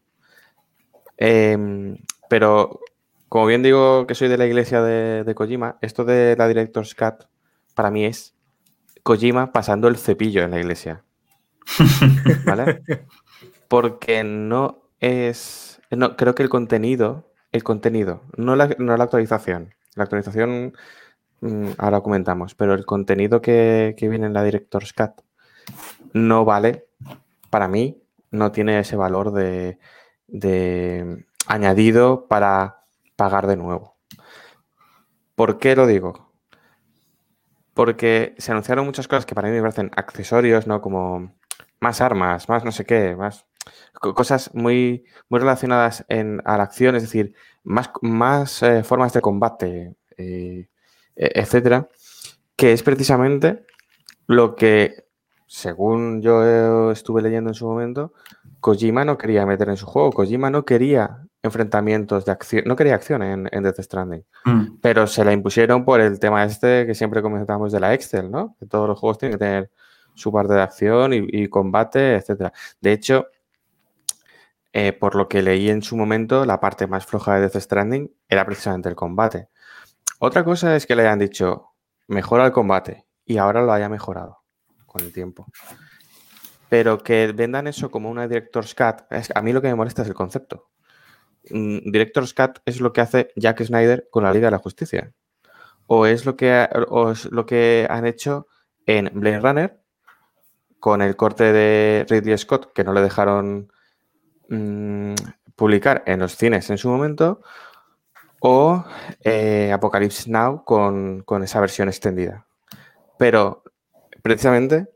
Pero como bien digo que soy de la iglesia de Kojima, esto de la Director's Cut para mí es Kojima pasando el cepillo en la iglesia, ¿vale? Porque creo que el contenido, no la actualización. La actualización ahora comentamos, pero el contenido que viene en la Director's Cut no vale, para mí, no tiene ese valor de añadido para pagar de nuevo. ¿Por qué lo digo? Porque se anunciaron muchas cosas que para mí me parecen accesorios, ¿no? Como más armas, más no sé qué, más cosas muy, muy relacionadas a la acción, es decir, más formas de combate, etcétera, que es precisamente lo que, según yo estuve leyendo en su momento, Kojima no quería meter en su juego. Kojima no quería enfrentamientos de acción, no quería acción en Death Stranding. Pero se la impusieron por el tema este que siempre comentamos de la Excel, ¿no? Que todos los juegos tienen que tener su parte de acción y combate, etcétera. De hecho, por lo que leí en su momento, la parte más floja de Death Stranding era precisamente el combate. Otra cosa es que le hayan dicho, mejora el combate, y ahora lo haya mejorado con el tiempo. Pero que vendan eso como una Director's Cut, a mí lo que me molesta es el concepto. Director's Cut es lo que hace Zack Snyder con la Liga de la Justicia. O es lo que han hecho en Blade Runner con el corte de Ridley Scott, que no le dejaron publicar en los cines en su momento, o Apocalypse Now con esa versión extendida. Pero precisamente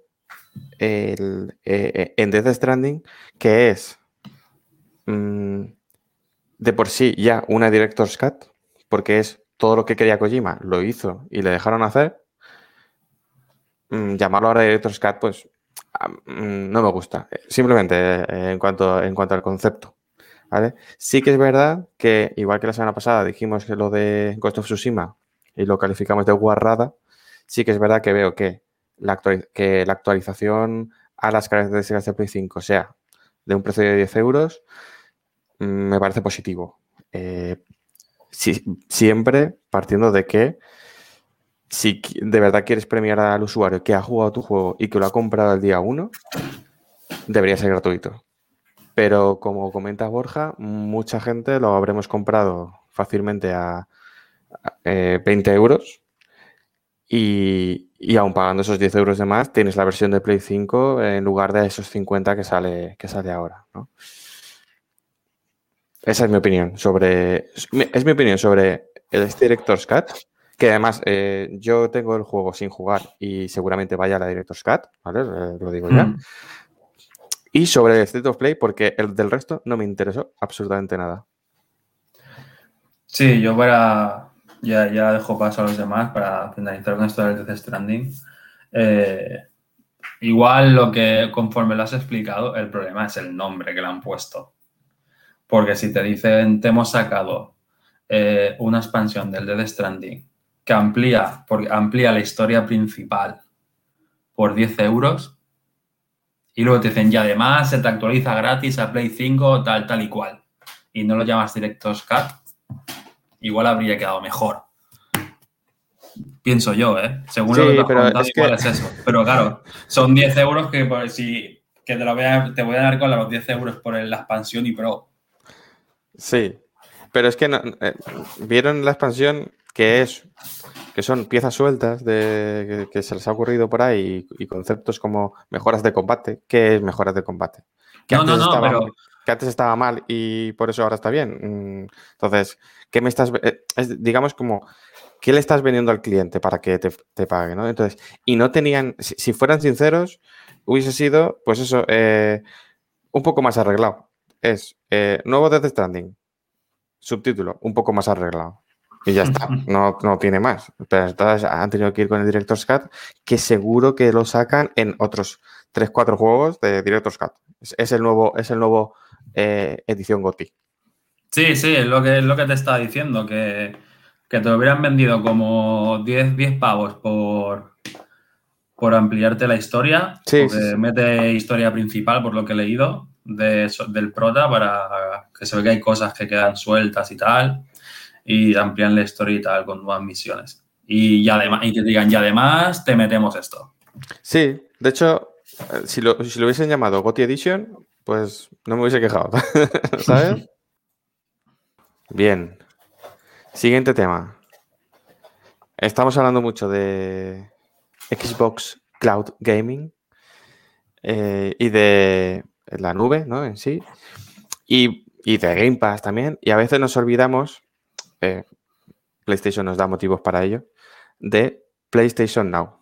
en Death Stranding, que es de por sí ya una Director's Cut, porque es todo lo que quería Kojima, lo hizo y le dejaron hacer, llamarlo ahora Director's Cut, pues no me gusta. Simplemente en cuanto al concepto. ¿Vale? Sí que es verdad que, igual que la semana pasada dijimos que lo de Ghost of Tsushima y lo calificamos de guarrada, sí que es verdad que veo que la actualización a las características de Play 5 sea de un precio de 10 euros, me parece positivo. Siempre partiendo de que si de verdad quieres premiar al usuario que ha jugado tu juego y que lo ha comprado el día 1, debería ser gratuito. Pero como comenta Borja, mucha gente lo habremos comprado fácilmente a 20 euros y aún pagando esos 10 euros de más tienes la versión de Play 5 en lugar de esos 50 que sale ahora, ¿no? Esa es mi opinión sobre este Director's Cut, que además yo tengo el juego sin jugar y seguramente vaya a la Director's Cut, ¿vale? Lo digo ya. Y sobre el State of Play, porque el del resto no me interesó absolutamente nada. Sí, yo ya dejo paso a los demás para finalizar con esto del Death Stranding. Igual conforme lo has explicado, el problema es el nombre que le han puesto. Porque si te dicen, te hemos sacado una expansión del Death Stranding que amplía la historia principal por 10 euros y luego te dicen, y además se te actualiza gratis a Play 5, tal y cual, y no lo llamas Director's Cut, igual habría quedado mejor. Pienso yo, ¿eh? Según lo que te has contado, igual es eso. Pero claro, son 10 euros que te voy a dar con los 10 euros por la expansión y Pro. Sí, pero es que vieron la expansión que son piezas sueltas que se les ha ocurrido por ahí y conceptos como mejoras de combate. ¿Qué es mejoras de combate? Que antes estaba mal y por eso ahora está bien. Entonces, ¿qué me estás? Digamos como, ¿qué le estás vendiendo al cliente para que te pague, ¿no? Entonces, y no tenían, si fueran sinceros, hubiese sido, pues eso, un poco más arreglado. Es nuevo Death Stranding, subtítulo, un poco más arreglado. Y ya está, no tiene más. Pero entonces han tenido que ir con el Director's Cut, que seguro que lo sacan en otros 3-4 juegos de Director's Cut. Es el nuevo edición GOTY. Sí, es lo que te estaba diciendo, que te lo hubieran vendido como 10 pavos por ampliarte la historia, Sí, porque sí. mete historia principal, por lo que he leído, del prota, para que se ve que hay cosas que quedan sueltas y tal, y amplían la historia y tal con nuevas misiones. Y que digan, y además te metemos esto. Sí, de hecho, si lo hubiesen llamado GOTY Edition, pues no me hubiese quejado, ¿sabes? Bien. Siguiente tema. Estamos hablando mucho de Xbox Cloud Gaming y de la nube, ¿no? En sí. Y de Game Pass también. Y a veces nos olvidamos, PlayStation nos da motivos para ello, de PlayStation Now.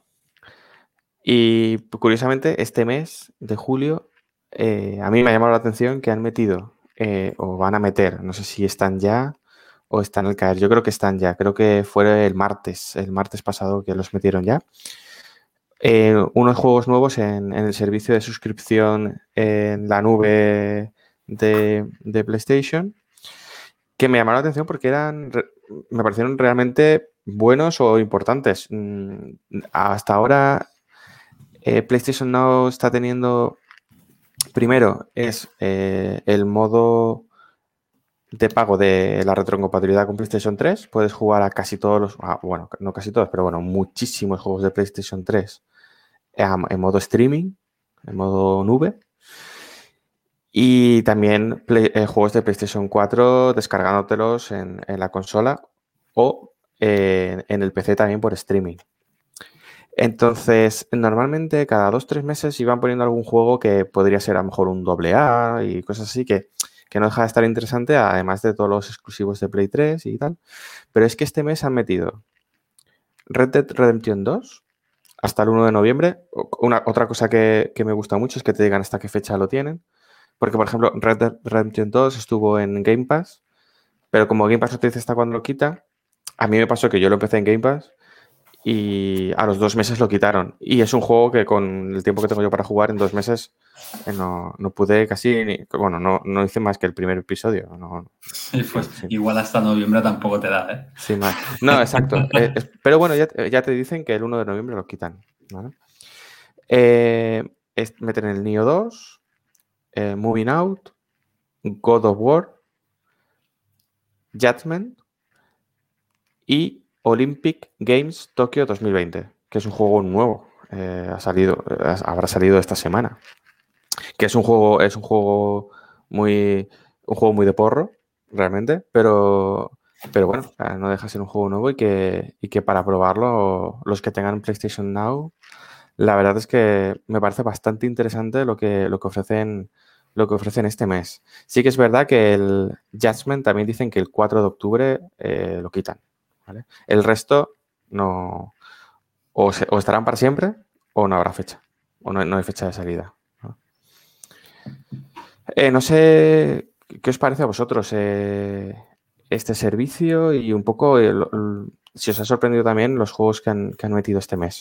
Y curiosamente, este mes de julio, a mí me ha llamado la atención que han metido, o van a meter, no sé si están ya o están al caer. Yo creo que están ya, creo que fue el martes pasado que los metieron ya. Unos juegos nuevos en el servicio de suscripción en la nube de PlayStation, que me llamaron la atención porque me parecieron realmente buenos o importantes. Hasta ahora PlayStation Now está teniendo, primero, es el modo de pago de la retrocompatibilidad con PlayStation 3. Puedes jugar a casi todos bueno, no casi todos, pero bueno, muchísimos juegos de PlayStation 3 en modo streaming, en modo nube. Y también juegos de PlayStation 4 descargándotelos en la consola o en el PC también por streaming. Entonces, normalmente cada 2-3 meses iban poniendo algún juego que podría ser a lo mejor un AA y cosas así que no deja de estar interesante, además de todos los exclusivos de Play 3 y tal. Pero es que este mes han metido Red Dead Redemption 2 hasta el 1 de noviembre. Otra cosa que me gusta mucho es que te digan hasta qué fecha lo tienen. Porque, por ejemplo, Red Dead Redemption 2 estuvo en Game Pass, pero como Game Pass no te dice hasta cuándo lo quita, a mí me pasó que yo lo empecé en Game Pass y a los 2 meses lo quitaron. Y es un juego que con el tiempo que tengo yo para jugar, en 2 meses no pude casi bueno, no hice más que el primer episodio. Sí, pues sí. Igual hasta noviembre tampoco te da, ¿eh? Sí, más. No, exacto. Pero bueno, ya te dicen que el 1 de noviembre lo quitan, ¿vale? Meten el Nioh 2, Moving Out, God of War, Judgment y Olympic Games Tokyo 2020, que es un juego nuevo. Habrá salido esta semana. Que es un juego muy de porro, realmente, pero bueno, no deja de ser un juego nuevo y que para probarlo, los que tengan PlayStation Now, la verdad es que me parece bastante interesante lo que ofrecen este mes. Sí que es verdad que el Judgment también dicen que el 4 de octubre lo quitan, ¿vale? El resto no, o estarán para siempre o no habrá fecha, o no hay fecha de salida, ¿no? No sé qué os parece a vosotros este servicio y un poco si os ha sorprendido también los juegos que han metido este mes.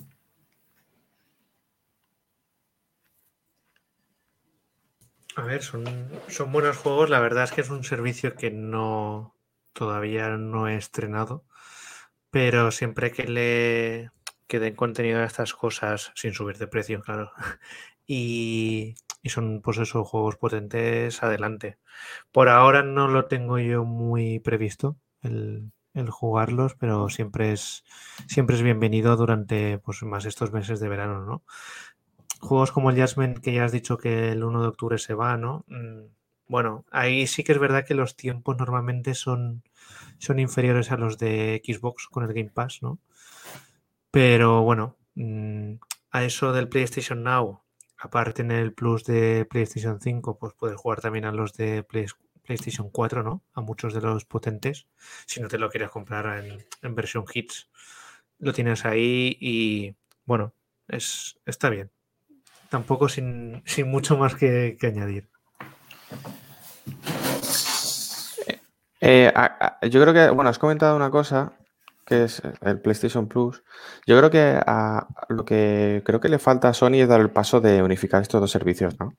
A ver, son buenos juegos. La verdad es que es un servicio que todavía no he estrenado, pero siempre que den contenido a estas cosas, sin subir de precio, claro, y son pues esos juegos potentes, adelante. Por ahora no lo tengo yo muy previsto el jugarlos, pero siempre es bienvenido durante pues más estos meses de verano, ¿no? Juegos como el Jasmine, que ya has dicho que el 1 de octubre se va, ¿no? Bueno, ahí sí que es verdad que los tiempos normalmente son inferiores a los de Xbox con el Game Pass, ¿no? Pero bueno, a eso del PlayStation Now, aparte en el Plus de PlayStation 5, pues puedes jugar también a los de PlayStation 4, ¿no? A muchos de los potentes, si no te lo quieres comprar en versión Hits. Lo tienes ahí y, bueno, está bien. Tampoco sin mucho más que añadir. Yo creo que, bueno, has comentado una cosa que es el PlayStation Plus. Yo creo que lo que creo que le falta a Sony es dar el paso de unificar estos dos servicios, ¿no?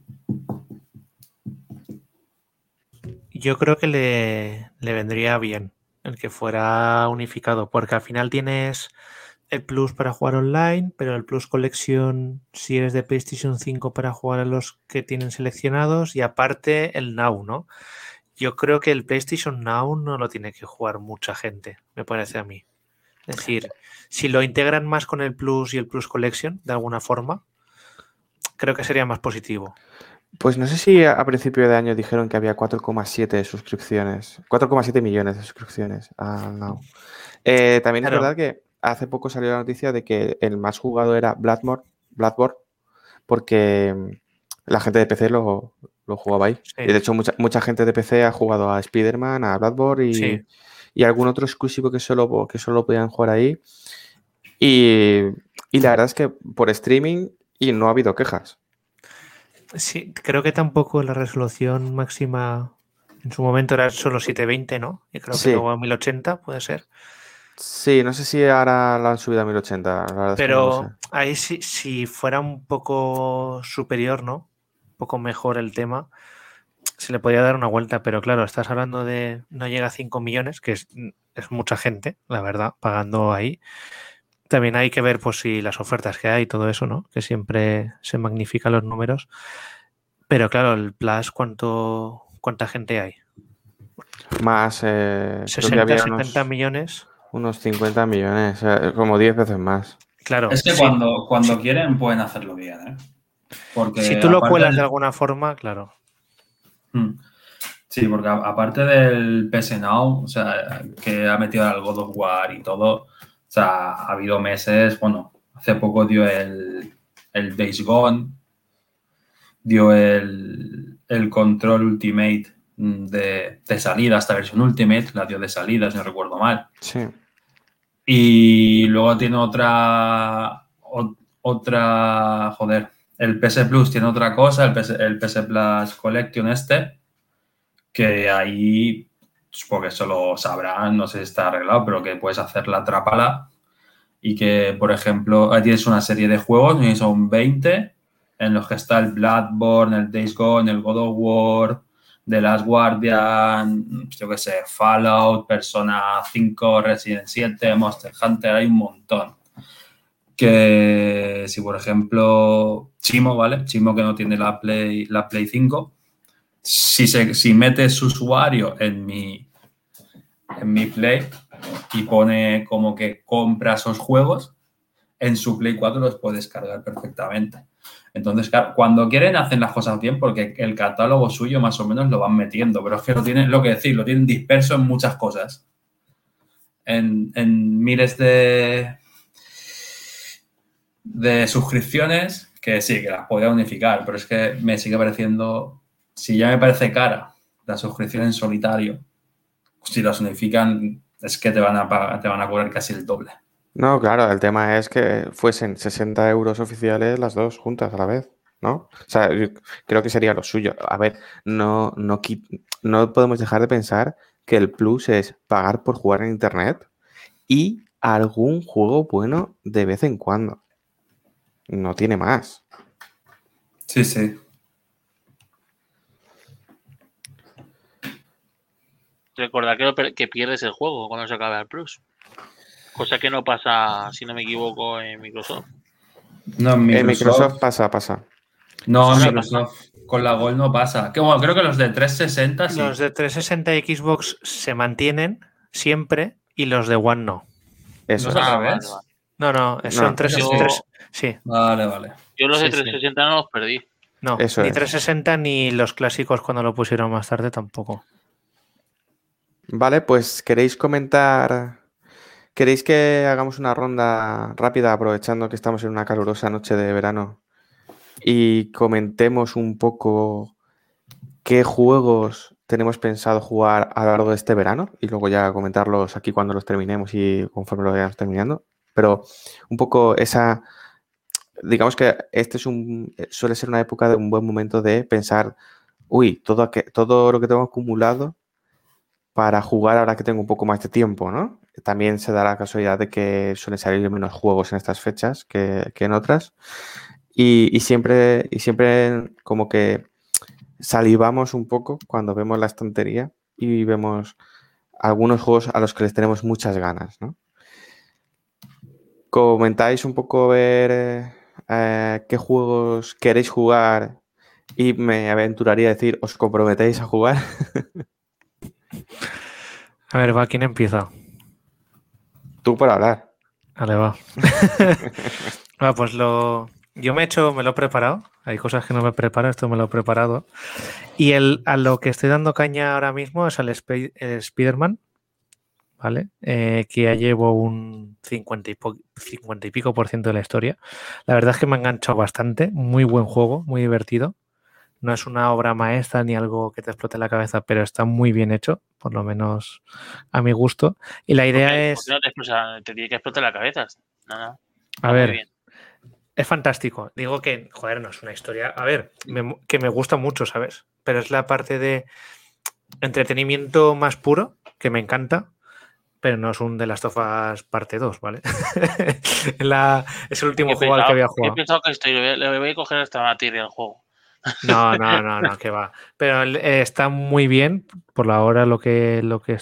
Yo creo que le vendría bien el que fuera unificado, porque al final tienes el Plus para jugar online, pero el Plus Collection si eres de PlayStation 5 para jugar a los que tienen seleccionados y aparte el Now, ¿no? Yo creo que el PlayStation Now no lo tiene que jugar mucha gente, me parece a mí. Es decir, si lo integran más con el Plus y el Plus Collection, de alguna forma, creo que sería más positivo. Pues no sé si a principio de año dijeron que había 4,7 suscripciones, 4,7 millones de suscripciones al Now. También claro. Es verdad que hace poco salió la noticia de que el más jugado era Bloodborne, porque la gente de PC lo jugaba ahí. Sí. Y de hecho, mucha gente de PC ha jugado a Spider-Man, a Bloodborne y algún otro exclusivo que solo podían jugar ahí. Y la verdad es que por streaming y no ha habido quejas. Sí, creo que tampoco la resolución máxima en su momento era solo 720, ¿no? Y creo que Sí. luego a 1080 puede ser. Sí, no sé si ahora la han subido a 1080, la verdad es que no lo sé. Pero ahí sí, si fuera un poco superior, ¿no? Un poco mejor el tema, se le podía dar una vuelta. Pero claro, estás hablando de no llega a 5 millones, que es mucha gente, la verdad, pagando ahí. También hay que ver pues si las ofertas que hay y todo eso, ¿no? Que siempre se magnifican los números. Pero claro, el Plus, ¿cuánta gente hay? Más, creo que 60, había 70 millones. unos 50 millones, como 10 veces más. Claro, Es que sí. cuando quieren pueden hacerlo bien, ¿eh? Porque Si tú lo aparte cuelas de alguna forma, claro. Sí, porque aparte del PS Now, o sea, que ha metido al God of War y todo, o sea, ha habido meses, bueno, hace poco dio el Days Gone, dio el Control Ultimate de salida, esta versión Ultimate, la dio de salida, si no recuerdo mal. Sí. Y luego tiene joder, el PS Plus tiene otra cosa, el PS Plus Collection que ahí, porque eso lo sabrán, no sé si está arreglado, pero que puedes hacer la trápala y que, por ejemplo, ahí tienes una serie de juegos, y son 20, en los que está el Bloodborne, el Days Gone, el God of War, The Last Guardian, yo qué sé, Fallout, Persona 5, Resident 7, Monster Hunter, hay un montón. Que si, por ejemplo, Chimo, ¿vale? Chimo que no tiene la Play 5, si metes su usuario en mi Play y pone como que compra esos juegos, en su Play 4 los puedes cargar perfectamente. Entonces, claro, cuando quieren hacen las cosas bien porque el catálogo suyo más o menos lo van metiendo, pero es que lo tienen disperso en muchas cosas. En miles de suscripciones que sí, que las podía unificar, pero es que me sigue pareciendo, si ya me parece cara la suscripción en solitario, si las unifican es que te van a cobrar casi el doble. No, claro, el tema es que fuesen 60 euros oficiales las dos juntas a la vez, ¿no? O sea, yo creo que sería lo suyo. A ver, no podemos dejar de pensar que el plus es pagar por jugar en internet y algún juego bueno de vez en cuando. No tiene más. Sí, sí. Recordad que pierdes el juego cuando se acaba el Plus. Cosa que no pasa, si no me equivoco, en Microsoft. No, En Microsoft pasa. No, en Ahora Microsoft con la Gold no pasa. Que, bueno, creo que los de 360 sí. Los de 360 y Xbox se mantienen siempre y los de One no. Eso. ¿No es al revés? Vale. No, son No, 360. Sí. Vale. Yo los de Sí, sí. 360 no los perdí. No, Eso ni es. 360 ni los clásicos cuando lo pusieron más tarde tampoco. Vale, pues ¿queréis comentar? ¿Queréis que hagamos una ronda rápida aprovechando que estamos en una calurosa noche de verano y comentemos un poco qué juegos tenemos pensado jugar a lo largo de este verano y luego ya comentarlos aquí cuando los terminemos y conforme lo vayamos terminando? Pero un poco digamos que suele ser una época de un buen momento de pensar, todo lo que tengo acumulado para jugar ahora que tengo un poco más de tiempo, ¿no? También se da la casualidad de que suelen salir menos juegos en estas fechas que en otras. Y siempre como que salivamos un poco cuando vemos la estantería y vemos algunos juegos a los que les tenemos muchas ganas, ¿no? Comentáis un poco ver qué juegos queréis jugar y me aventuraría a decir, ¿os comprometéis a jugar? A ver, ¿quién empieza? Tú por hablar. Vale, va. Pues yo me lo he preparado. Hay cosas que no me preparo, esto me lo he preparado. Y a lo que estoy dando caña ahora mismo es al Spider-Man, ¿vale? Que ya llevo un 50 y pico % de la historia. La verdad es que me ha enganchado bastante. Muy buen juego, muy divertido. No es una obra maestra ni algo que te explote la cabeza, pero está muy bien hecho, por lo menos a mi gusto. Y la idea ¿Por qué es, no te explota? Te tiene que explotar la cabeza. No. a Está muy ver, bien. es fantástico. Digo que, joder, no es una historia, a ver, que me gusta mucho, ¿sabes? Pero es la parte de entretenimiento más puro, que me encanta, pero no es un The Last of Us parte 2, ¿vale? Es el último juego al que había He jugado. pensado que le voy a coger hasta la tierra al juego. No, que va. Pero está muy bien por la hora lo que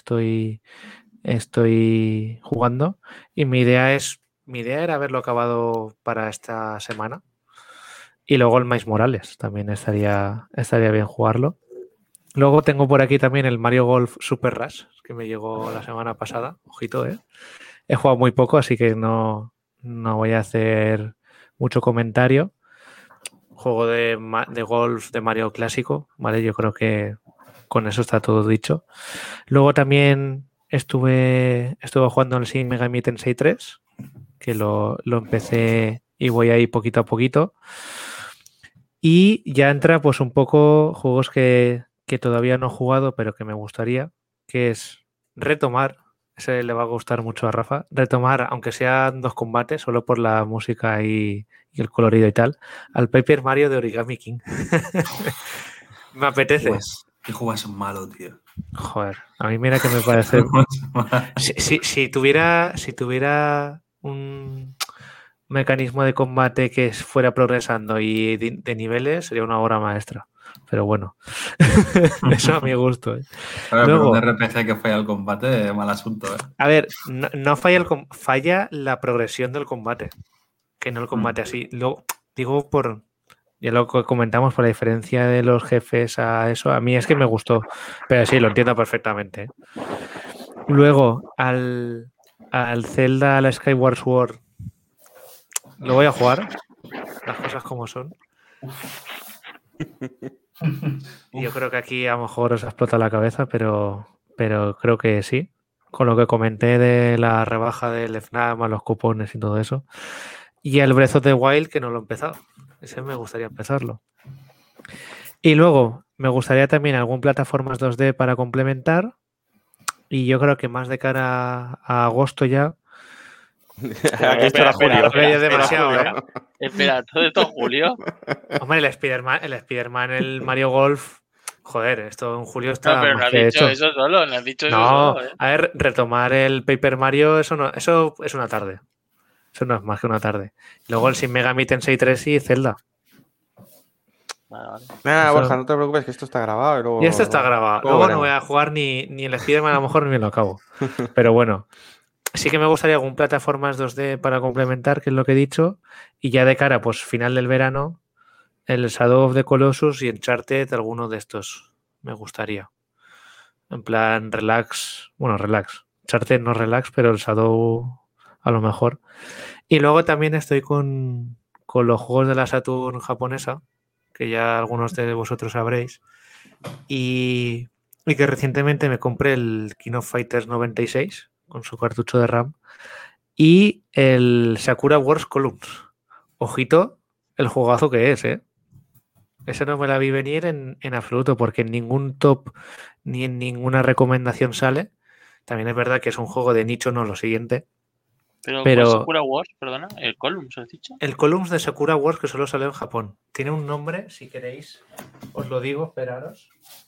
estoy jugando. Y mi idea era haberlo acabado para esta semana. Y luego el Miles Morales también estaría bien jugarlo. Luego tengo por aquí también el Mario Golf Super Rush, que me llegó la semana pasada. Ojito, ¿eh? He jugado muy poco, así que no voy a hacer mucho comentario. Juego de golf de Mario clásico, ¿vale? Yo creo que con eso está todo dicho. Luego también estuve jugando en el Shin Megami Tensei 3, que lo empecé y voy ahí poquito a poquito. Y ya entra pues un poco juegos que todavía no he jugado, pero que me gustaría, que es retomar, ese le va a gustar mucho a Rafa, retomar, aunque sean 2 combates, solo por la música y el colorido y tal, al Paper Mario de Origami King. Me apetece. ¿Qué juego es malo, tío? Joder, a mí mira que me parece... si tuviera un mecanismo de combate que fuera progresando y de niveles, sería una obra maestra. Pero bueno, eso a mi gusto. Pero un RPG que falla el combate, mal asunto. A ver, no falla la progresión del combate, que no el combate así. Lo digo ya lo que comentamos, por la diferencia de los jefes a eso, a mí es que me gustó, pero sí, lo entiendo perfectamente. Luego, al Zelda, al Skyward Sword, lo voy a jugar, las cosas como son. Yo creo que aquí a lo mejor os explota la cabeza, pero creo que sí. Con lo que comenté de la rebaja del FNAF, los cupones y todo eso. Y el Breath of the Wild, que no lo he empezado. Ese me gustaría empezarlo. Y luego, me gustaría también algún plataformas 2D para complementar. Y yo creo que más de cara a agosto ya. Espera, Ya es demasiado, ¿eh? Espera, ¿todo esto julio? Hombre, el Spider-Man, el Mario Golf. Joder, esto en julio está. No, pero no has dicho eso solo, no has dicho eso solo. A ver, retomar el Paper Mario, eso es una tarde. Eso no es más que una tarde. Luego el Shin Megami Tensei 3 y Zelda. Vale. Nada, Borja, no te preocupes que esto está grabado. Y, luego, esto está grabado. Luego no voy a jugar ni el Spider-Man, a lo mejor ni lo acabo. Pero bueno, sí que me gustaría algún plataformas 2D para complementar, que es lo que he dicho. Y ya de cara, pues final del verano, el Shadow of the Colossus y Uncharted, alguno de estos me gustaría. En plan, relax. Bueno, relax. Uncharted no relax, pero el Shadow a lo mejor. Y luego también estoy con los juegos de la Saturn japonesa, que ya algunos de vosotros sabréis. Y que recientemente me compré el King of Fighters 96 con su cartucho de RAM y el Sakura Wars Columns. Ojito el juegazo que es, ¿eh? Ese no me la vi venir en absoluto, porque en ningún top ni en ninguna recomendación sale. También es verdad que es un juego de nicho, no lo siguiente. Pero Sakura Wars, perdona, el Columns, ¿has dicho? El Columns de Sakura Wars, que solo salió en Japón. Tiene un nombre, si queréis, os lo digo, esperaros.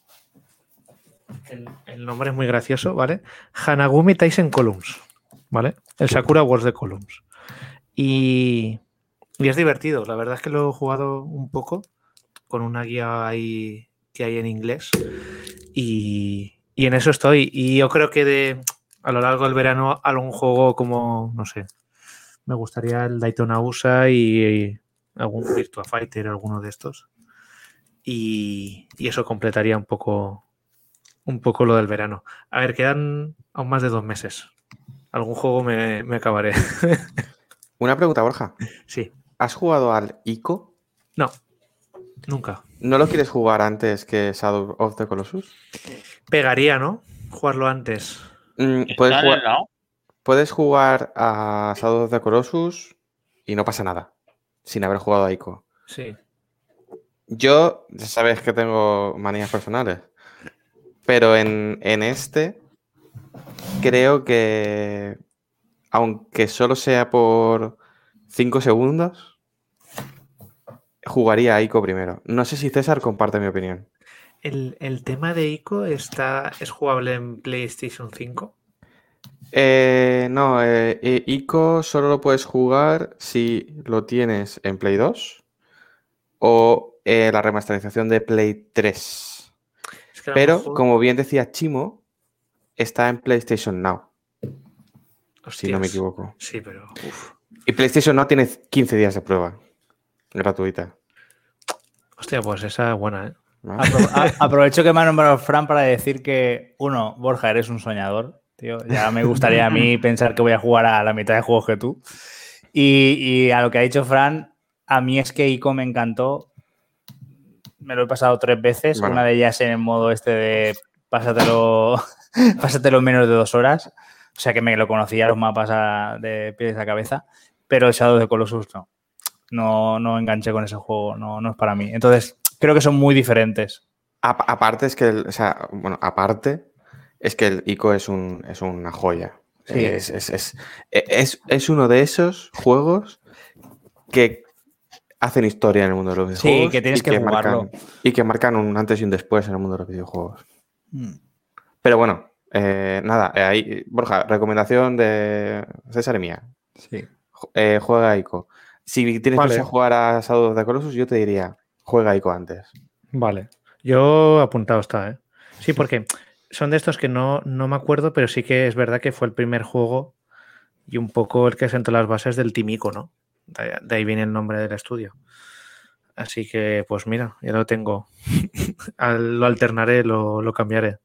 El nombre es muy gracioso, ¿vale? Hanagumi Taisen Columns, ¿vale? El Sakura Wars de Columns. Y es divertido. La verdad es que lo he jugado un poco con una guía ahí que hay en inglés. Y en eso estoy. Y yo creo que a lo largo del verano algún juego como, no sé, me gustaría el Daytona USA y algún Virtua Fighter, alguno de estos. Y eso completaría un poco lo del verano. A ver, quedan aún más de 2 meses. Algún juego me acabaré. Una pregunta, Borja. Sí. ¿Has jugado al ICO? No, nunca. ¿No lo quieres jugar antes que Shadow of the Colossus? Pegaría, ¿no? Jugarlo antes. Puedes jugar a Shadow of the Colossus y no pasa nada, sin haber jugado a ICO. Sí. Yo, ya sabes que tengo manías personales, pero en este creo que, aunque solo sea por 5 segundos, jugaría a Ico primero. No sé si César comparte mi opinión. El tema de ICO es jugable en PlayStation 5. No, Ico solo lo puedes jugar si lo tienes en Play 2 o la remasterización de Play 3. Es que a lo Pero, mejor. como bien decía Chimo, está en PlayStation Now, si no me Hostias. equivoco. Sí, pero. Uf. Y PlayStation Now tiene 15 días de prueba gratuita. Hostia, pues esa es buena, ¿eh? ¿No? Aprovecho que me ha nombrado Fran para decir que, uno, Borja, eres un soñador, tío. Ya me gustaría a mí pensar que voy a jugar a la mitad de juegos que tú. Y a lo que ha dicho Fran, a mí es que Ico me encantó. Me lo he pasado 3 veces. Bueno. Una de ellas en el modo este de pásatelo en menos de 2 horas. O sea que me lo conocía los mapas de pies a cabeza. Pero el Shadow of the Colossus no. No enganché con ese juego. No es para mí. Entonces, creo que son muy diferentes. Aparte es que, aparte es que el Ico es una joya. Sí. Es uno de esos juegos que hacen historia en el mundo de los videojuegos. Sí, que tienes que jugarlo. Que marcan un antes y un después en el mundo de los videojuegos. Pero bueno, nada, ahí, Borja, recomendación de César y mía. Sí. Juega a Ico. Si tienes Vale. prisa a jugar a Shadow of the Colossus, yo te diría, juega a Ico antes. Vale. Yo apuntado está, ¿eh? Sí, porque son de estos que no me acuerdo, pero sí que es verdad que fue el primer juego y un poco el que sentó las bases del Team Ico, ¿no? De ahí viene el nombre del estudio. Así que, pues mira, ya lo tengo. Lo alternaré, lo cambiaré.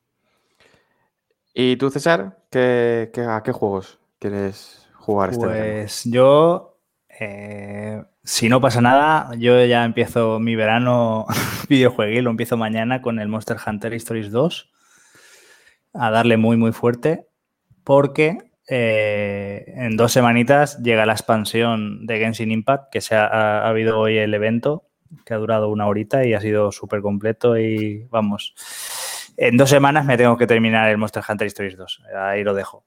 ¿Y tú, César? ¿A qué juegos quieres jugar este verano? Pues yo, si no pasa nada, yo ya empiezo mi verano videojueguil, lo empiezo mañana con el Monster Hunter Stories 2 a darle muy, muy fuerte porque en 2 semanitas llega la expansión de Genshin Impact, que ha habido hoy el evento, que ha durado 1 horita y ha sido súper completo y vamos, en 2 semanas me tengo que terminar el Monster Hunter Stories 2, ahí lo dejo.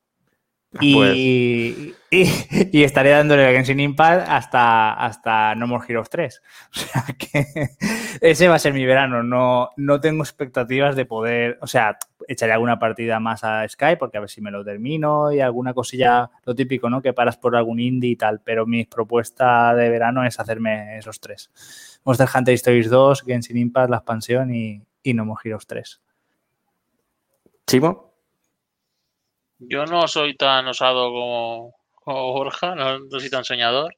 Y estaré dándole a Genshin Impact hasta No More Heroes 3. O sea que ese va a ser mi verano. No tengo expectativas de poder... O sea, echaré alguna partida más a Sky porque a ver si me lo termino y alguna cosilla, lo típico, ¿no? Que paras por algún indie y tal. Pero mi propuesta de verano es hacerme esos 3. Monster Hunter Stories 2, Genshin Impact, la expansión y No More Heroes 3. ¿Chimo? Yo no soy tan osado como Borja, no soy tan soñador.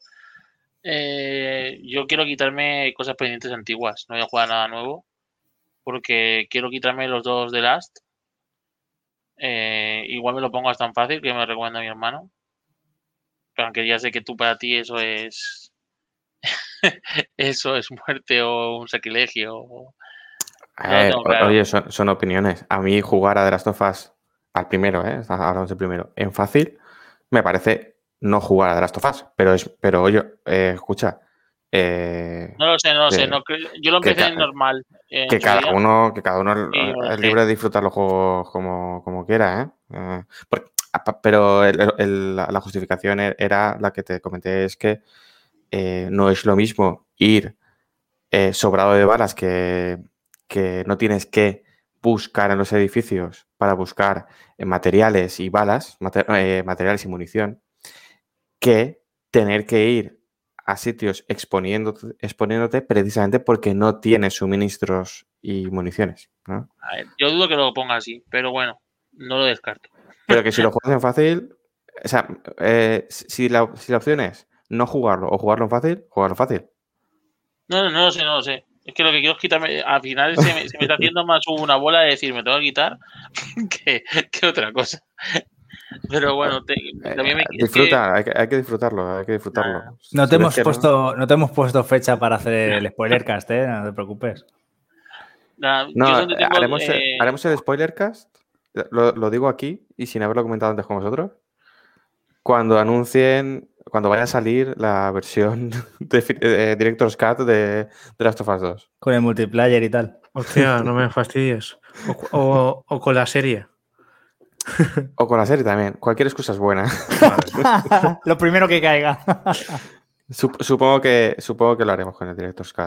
Yo quiero quitarme cosas pendientes antiguas, no voy a jugar nada nuevo, porque quiero quitarme los 2 de Last. Igual me lo pongo tan fácil que me recomienda mi hermano. Pero aunque ya sé que tú para ti eso es eso es muerte o un sacrilegio. Ya lo tengo claro. Oye, son opiniones. A mí jugar a The Last of Us al primero, hablamos del primero, en fácil, me parece no jugar a The Last of Us. Pero oye, escucha. No lo sé. Yo lo empecé en normal. Que cada uno es libre de Sí. disfrutar los juegos como quiera, ¿eh? Pero la justificación era la que te comenté, es que no es lo mismo ir sobrado de balas que no tienes que buscar en los edificios para buscar materiales y balas, materiales y munición, que tener que ir a sitios exponiéndote precisamente porque no tienes suministros y municiones, ¿no? A ver, yo dudo que lo ponga así, pero bueno, no lo descarto. Pero que si lo juegas en fácil, o sea, si la opción es no jugarlo o jugarlo en fácil. No lo sé. Es que lo que quiero es quitarme. Al final se me está haciendo más una bola de decir me tengo que quitar que otra cosa. Pero bueno, también Disfruta, hay que disfrutarlo, hay que disfrutarlo. Nah. No te hemos puesto fecha para hacer el spoilercast, no te preocupes. Nah, No, yo donde tengo, haremos el spoilercast, lo digo aquí y sin haberlo comentado antes con vosotros. cuando vaya a salir la versión de Director's Cut de The Last of Us 2. Con el multiplayer y tal. Hostia, no me fastidies. O con la serie. O con la serie también. Cualquier excusa es buena. Lo primero que caiga. Supongo que lo haremos con el Director's Cut.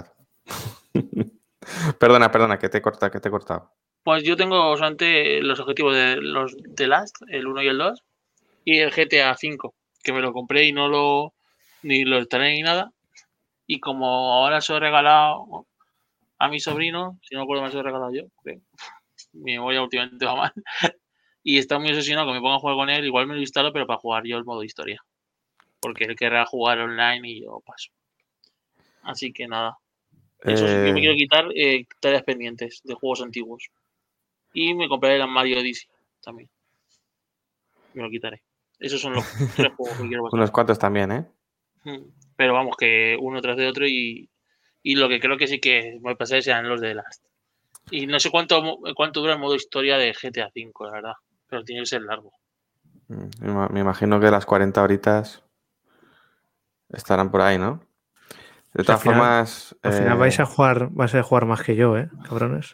Perdona, que te he cortado. Pues yo tengo solamente los objetivos de los The Last, el 1 y el 2, y el GTA V, que me lo compré y ni lo instalé ni nada. Y como ahora se lo he regalado a mi sobrino, si no me acuerdo, me lo he regalado yo, creo. Mi memoria últimamente va mal. Y está muy obsesionado que me ponga a jugar con él. Igual me lo instalo, pero para jugar yo el modo historia. Porque él querrá jugar online y yo paso. Así que nada. Eso sí, yo me quiero quitar tareas pendientes de juegos antiguos. Y me compraré el Mario Odyssey también. Me lo quitaré. Esos son los 3 juegos que quiero pasar. Unos cuantos también, ¿eh? Pero vamos, que uno tras de otro y lo que creo que sí que me pasaré serán los de Last. Y no sé cuánto dura el modo historia de GTA V, la verdad. Pero tiene que ser largo. Me imagino que las 40 horitas estarán por ahí, ¿no? De todas formas... Al final vais a jugar más que yo, cabrones.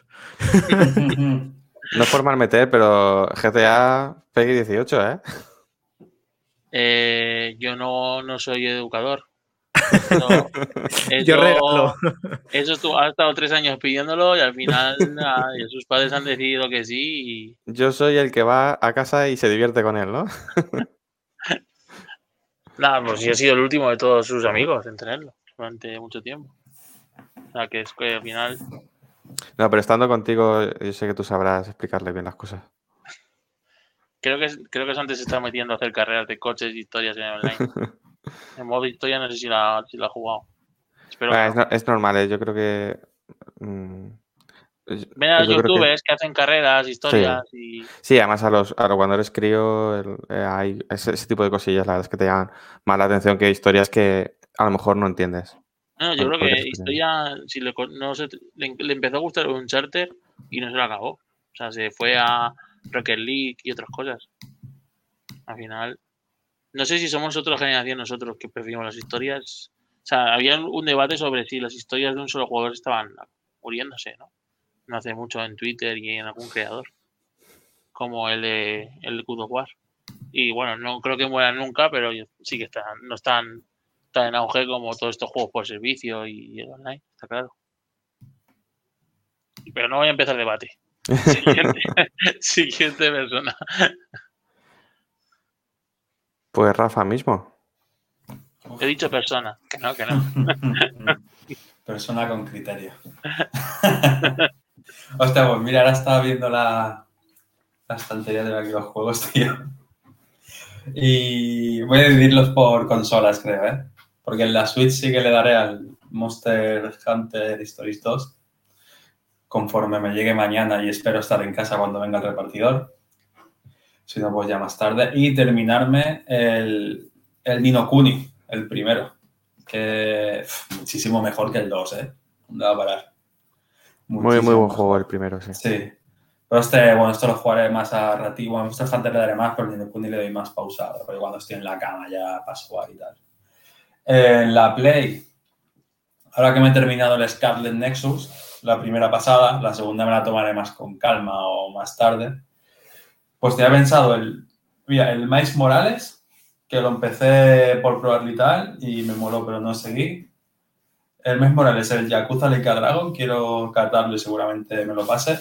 No es por mal meter, pero GTA PEGI 18, Yo no soy educador. Yo regalo. Eso ha estado 3 años pidiéndolo y al final sus padres han decidido que sí. Yo soy el que va a casa y se divierte con él, ¿no? Nada, pues yo he sido el último de todos sus amigos en tenerlo durante mucho tiempo. O sea, que es que al final... No, pero estando contigo, yo sé que tú sabrás explicarle bien las cosas. Creo que antes se está metiendo a hacer carreras de coches y historias en online. En modo historia no sé si la ha jugado. Es normal, yo creo que... Ven a los youtubers que hacen carreras, historias y... Sí, además cuando eres crío hay ese tipo de cosillas, la verdad es que te llaman más la atención que historias que a lo mejor no entiendes. No, yo creo que historia, si le empezó a gustar un charter y no se lo acabó. O sea, se fue a Rocket League y otras cosas. Al final, no sé si somos otra generación nosotros que preferimos las historias. O sea, había un debate sobre si las historias de un solo jugador estaban muriéndose, ¿no? No hace mucho en Twitter y en algún creador. Como el de God of War. Y bueno, no creo que mueran nunca, pero sí que no están tan en auge como todos estos juegos por servicio y el online, está claro. Pero no voy a empezar debate. Siguiente persona. Pues Rafa mismo. He dicho persona, que no. Persona con criterio. Hostia, pues mira, ahora estaba viendo la estantería de aquí los juegos, tío. Y voy a dividirlos por consolas, creo, ¿eh? Porque en la Switch sí que le daré al Monster Hunter Stories 2 conforme me llegue mañana y espero estar en casa cuando venga el repartidor. Si no, pues ya más tarde. Y terminarme el Ni no Kuni, el primero, que muchísimo mejor que el 2, ¿eh? ¿Dónde va a parar? Muy buen juego el primero, sí. Sí. Pero esto lo jugaré más a ratito. Bueno, Monster Hunter le daré más, pero el Ni no Kuni le doy más pausado, porque cuando estoy en la cama ya paso a jugar y tal. En la Play, ahora que me he terminado el Scarlet Nexus, la primera pasada, la segunda me la tomaré más con calma o más tarde, pues te he pensado el Miles Morales, que lo empecé por probarlo y tal, y me moló, pero no seguí. El Miles Morales, el Yakuza Like a Dragon, quiero catarlo y seguramente me lo pase.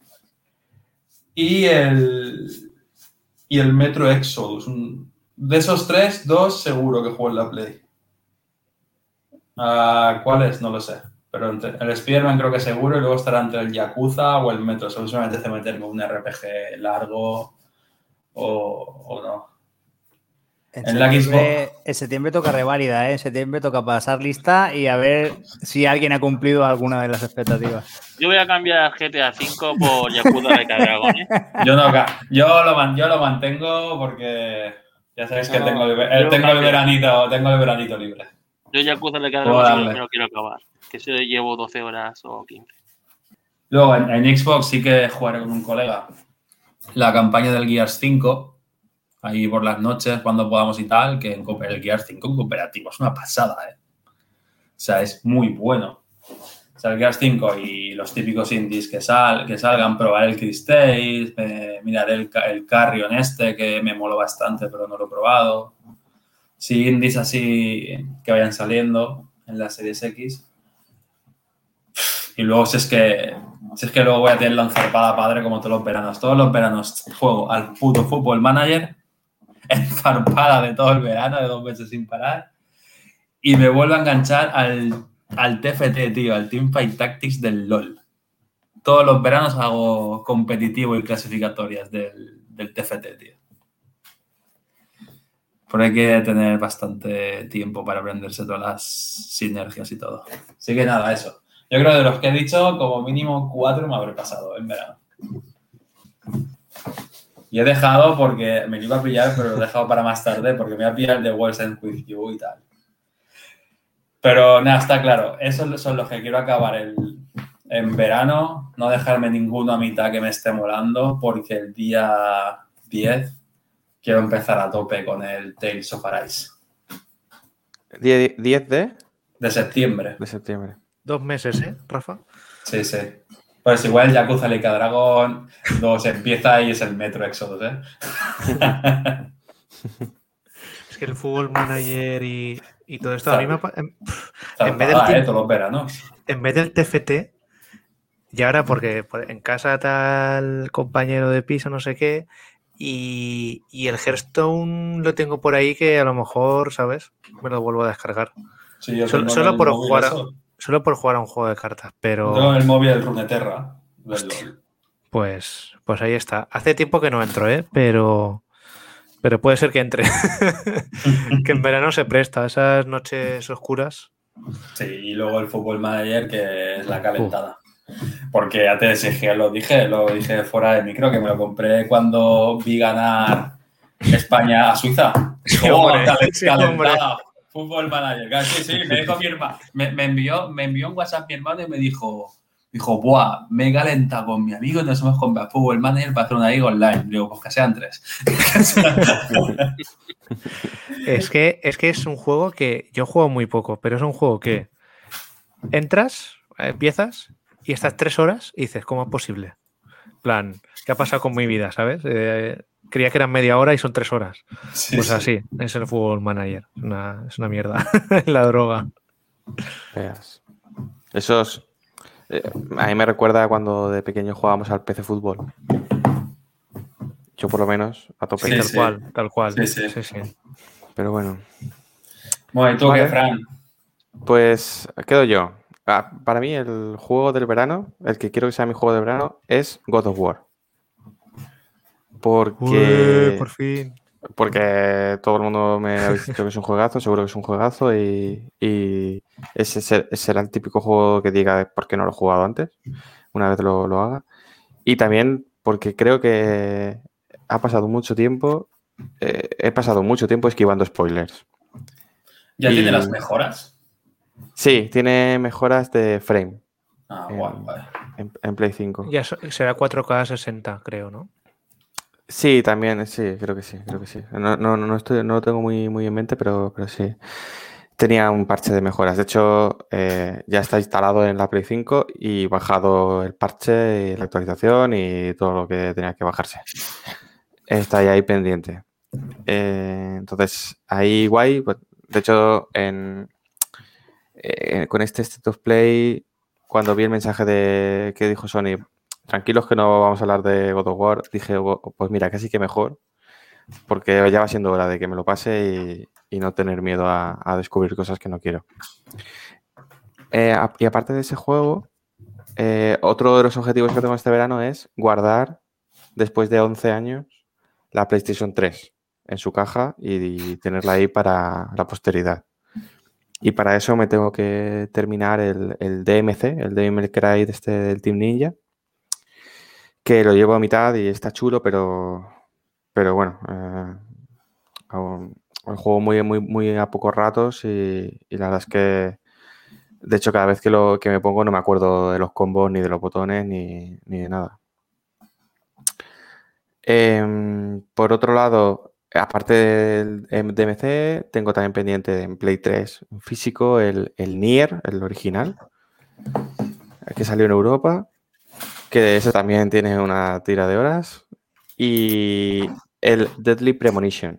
Y el Metro Exodus. De esos 3, 2 seguro que juego en la Play. ¿Cuáles? No lo sé. Pero el Spider-Man creo que seguro y luego estará entre el Yakuza o el Metro. Seguramente se meterme un RPG largo o no. En septiembre toca reválida, ¿eh? En septiembre toca pasar lista y a ver si alguien ha cumplido alguna de las expectativas. Yo voy a cambiar GTA V por Yakuza Like a Dragon, ¿eh? Yo lo mantengo porque ya sabéis que tengo el veranito libre. Yo Yakuza Like a Dragon sí que lo quiero acabar. Que si llevo 12 horas o 15. Luego en Xbox sí que jugaré con un colega la campaña del Gears 5. ahí por las noches cuando podamos y tal, que en el Gears 5 en cooperativo es una pasada, ¿eh? O sea, es muy bueno. O sea, el Gears 5 y los típicos indies que salgan, probar el Chris Tales, mirar el Carrion que me moló bastante, pero no lo he probado. Sí, indies así que vayan saliendo en las Series X. Y luego si es que luego voy a tener la enzarpada padre como todos los veranos. Todos los veranos juego al puto Football Manager, enzarpada de todo el verano, de 2 meses sin parar, y me vuelvo a enganchar al TFT, tío, al Teamfight Tactics del LoL. Todos los veranos hago competitivo y clasificatorias del TFT, tío. Pero hay que tener bastante tiempo para aprenderse todas las sinergias y todo. Así que nada, eso. Yo creo que de los que he dicho, como mínimo 4 me habré pasado en verano. Y he dejado porque me lo iba a pillar, pero lo he dejado para más tarde porque me voy a pillar el de World's End With You y tal. Pero nada, está claro. Esos son los que quiero acabar en verano. No dejarme ninguno a mitad que me esté molando porque el día 10 quiero empezar a tope con el Tales of Arise. 10 de septiembre. De septiembre. 2 meses, ¿eh, Rafa? Sí, sí. Pues igual Yakuza Like a Dragon, luego se empieza y es el Metro Exodus, ¿eh? Es que el Football Manager y todo esto a mí me en vez del todos los veranos. En vez del TFT, y ahora porque en casa tal compañero de piso, no sé qué, y el Hearthstone lo tengo por ahí que a lo mejor, ¿sabes? Me lo vuelvo a descargar. Sí, yo solo por jugar a un juego de cartas, pero... Tengo el móvil del Runeterra. Pues ahí está. Hace tiempo que no entro, ¿eh? Pero puede ser que entre. Que en verano se presta esas noches oscuras. Sí, y luego el Football Manager, que es la calentada. Porque ya te exigía, lo dije fuera de micro, que me lo compré cuando vi ganar España a Suiza. Sí, hombre, calentada. Football Manager. Sí, me dijo mi hermano. Me envió un WhatsApp mi hermano y me dijo, buah, me he calentado con mi amigo y nos hemos comprado Football Manager para hacer una liga online. Digo, pues que sean 3. Es que es un juego que yo juego muy poco, pero es un juego que entras, empiezas y estás 3 horas y dices, ¿cómo es posible? Plan, ¿qué ha pasado con mi vida? ¿Sabes? Creía que eran media hora y son 3 horas. Sí, pues así, es el Football Manager. Es una mierda. La droga. Veas. Esos... a mí me recuerda cuando de pequeño jugábamos al PC Fútbol. Yo por lo menos a tope. Sí, tal cual. Sí. Pero bueno. Bueno, ¿y tú qué, Fran? Pues quedo yo. Para mí el juego del verano, el que quiero que sea mi juego de verano, es God of War. Porque... por fin. Porque todo el mundo me ha dicho que es un juegazo, seguro que es un juegazo y ese será el típico juego que diga por qué no lo he jugado antes, una vez lo haga. Y también porque creo que ha pasado mucho tiempo, he pasado mucho tiempo esquivando spoilers. ¿Ya tiene las mejoras? Sí, tiene mejoras de frame. Guau, vale. En Play 5. Ya será 4K 60, creo, ¿no? Sí, también, sí, creo que sí. No lo tengo muy en mente, pero sí. Tenía un parche de mejoras. De hecho, ya está instalado en la Play 5 y bajado el parche, la actualización y todo lo que tenía que bajarse. Está ahí pendiente. Entonces, ahí guay. Pues, de hecho, con este State of Play, cuando vi el mensaje que dijo Sony, tranquilos que no vamos a hablar de God of War, dije, pues mira, casi que mejor, porque ya va siendo hora de que me lo pase y no tener miedo a descubrir cosas que no quiero. Y aparte de ese juego, otro de los objetivos que tengo este verano es guardar, después de 11 años, la PlayStation 3 en su caja y tenerla ahí para la posteridad. Y para eso me tengo que terminar el DMC, el Devil May Cry del Team Ninja, que lo llevo a mitad y está chulo, pero bueno, un juego muy a pocos ratos y la verdad es que, de hecho, cada vez que me pongo no me acuerdo de los combos, ni de los botones, ni de nada. Por otro lado, aparte del DMC, tengo también pendiente en Play 3 físico el Nier, el original, que salió en Europa, que ese también tiene una tira de horas, y el Deadly Premonition.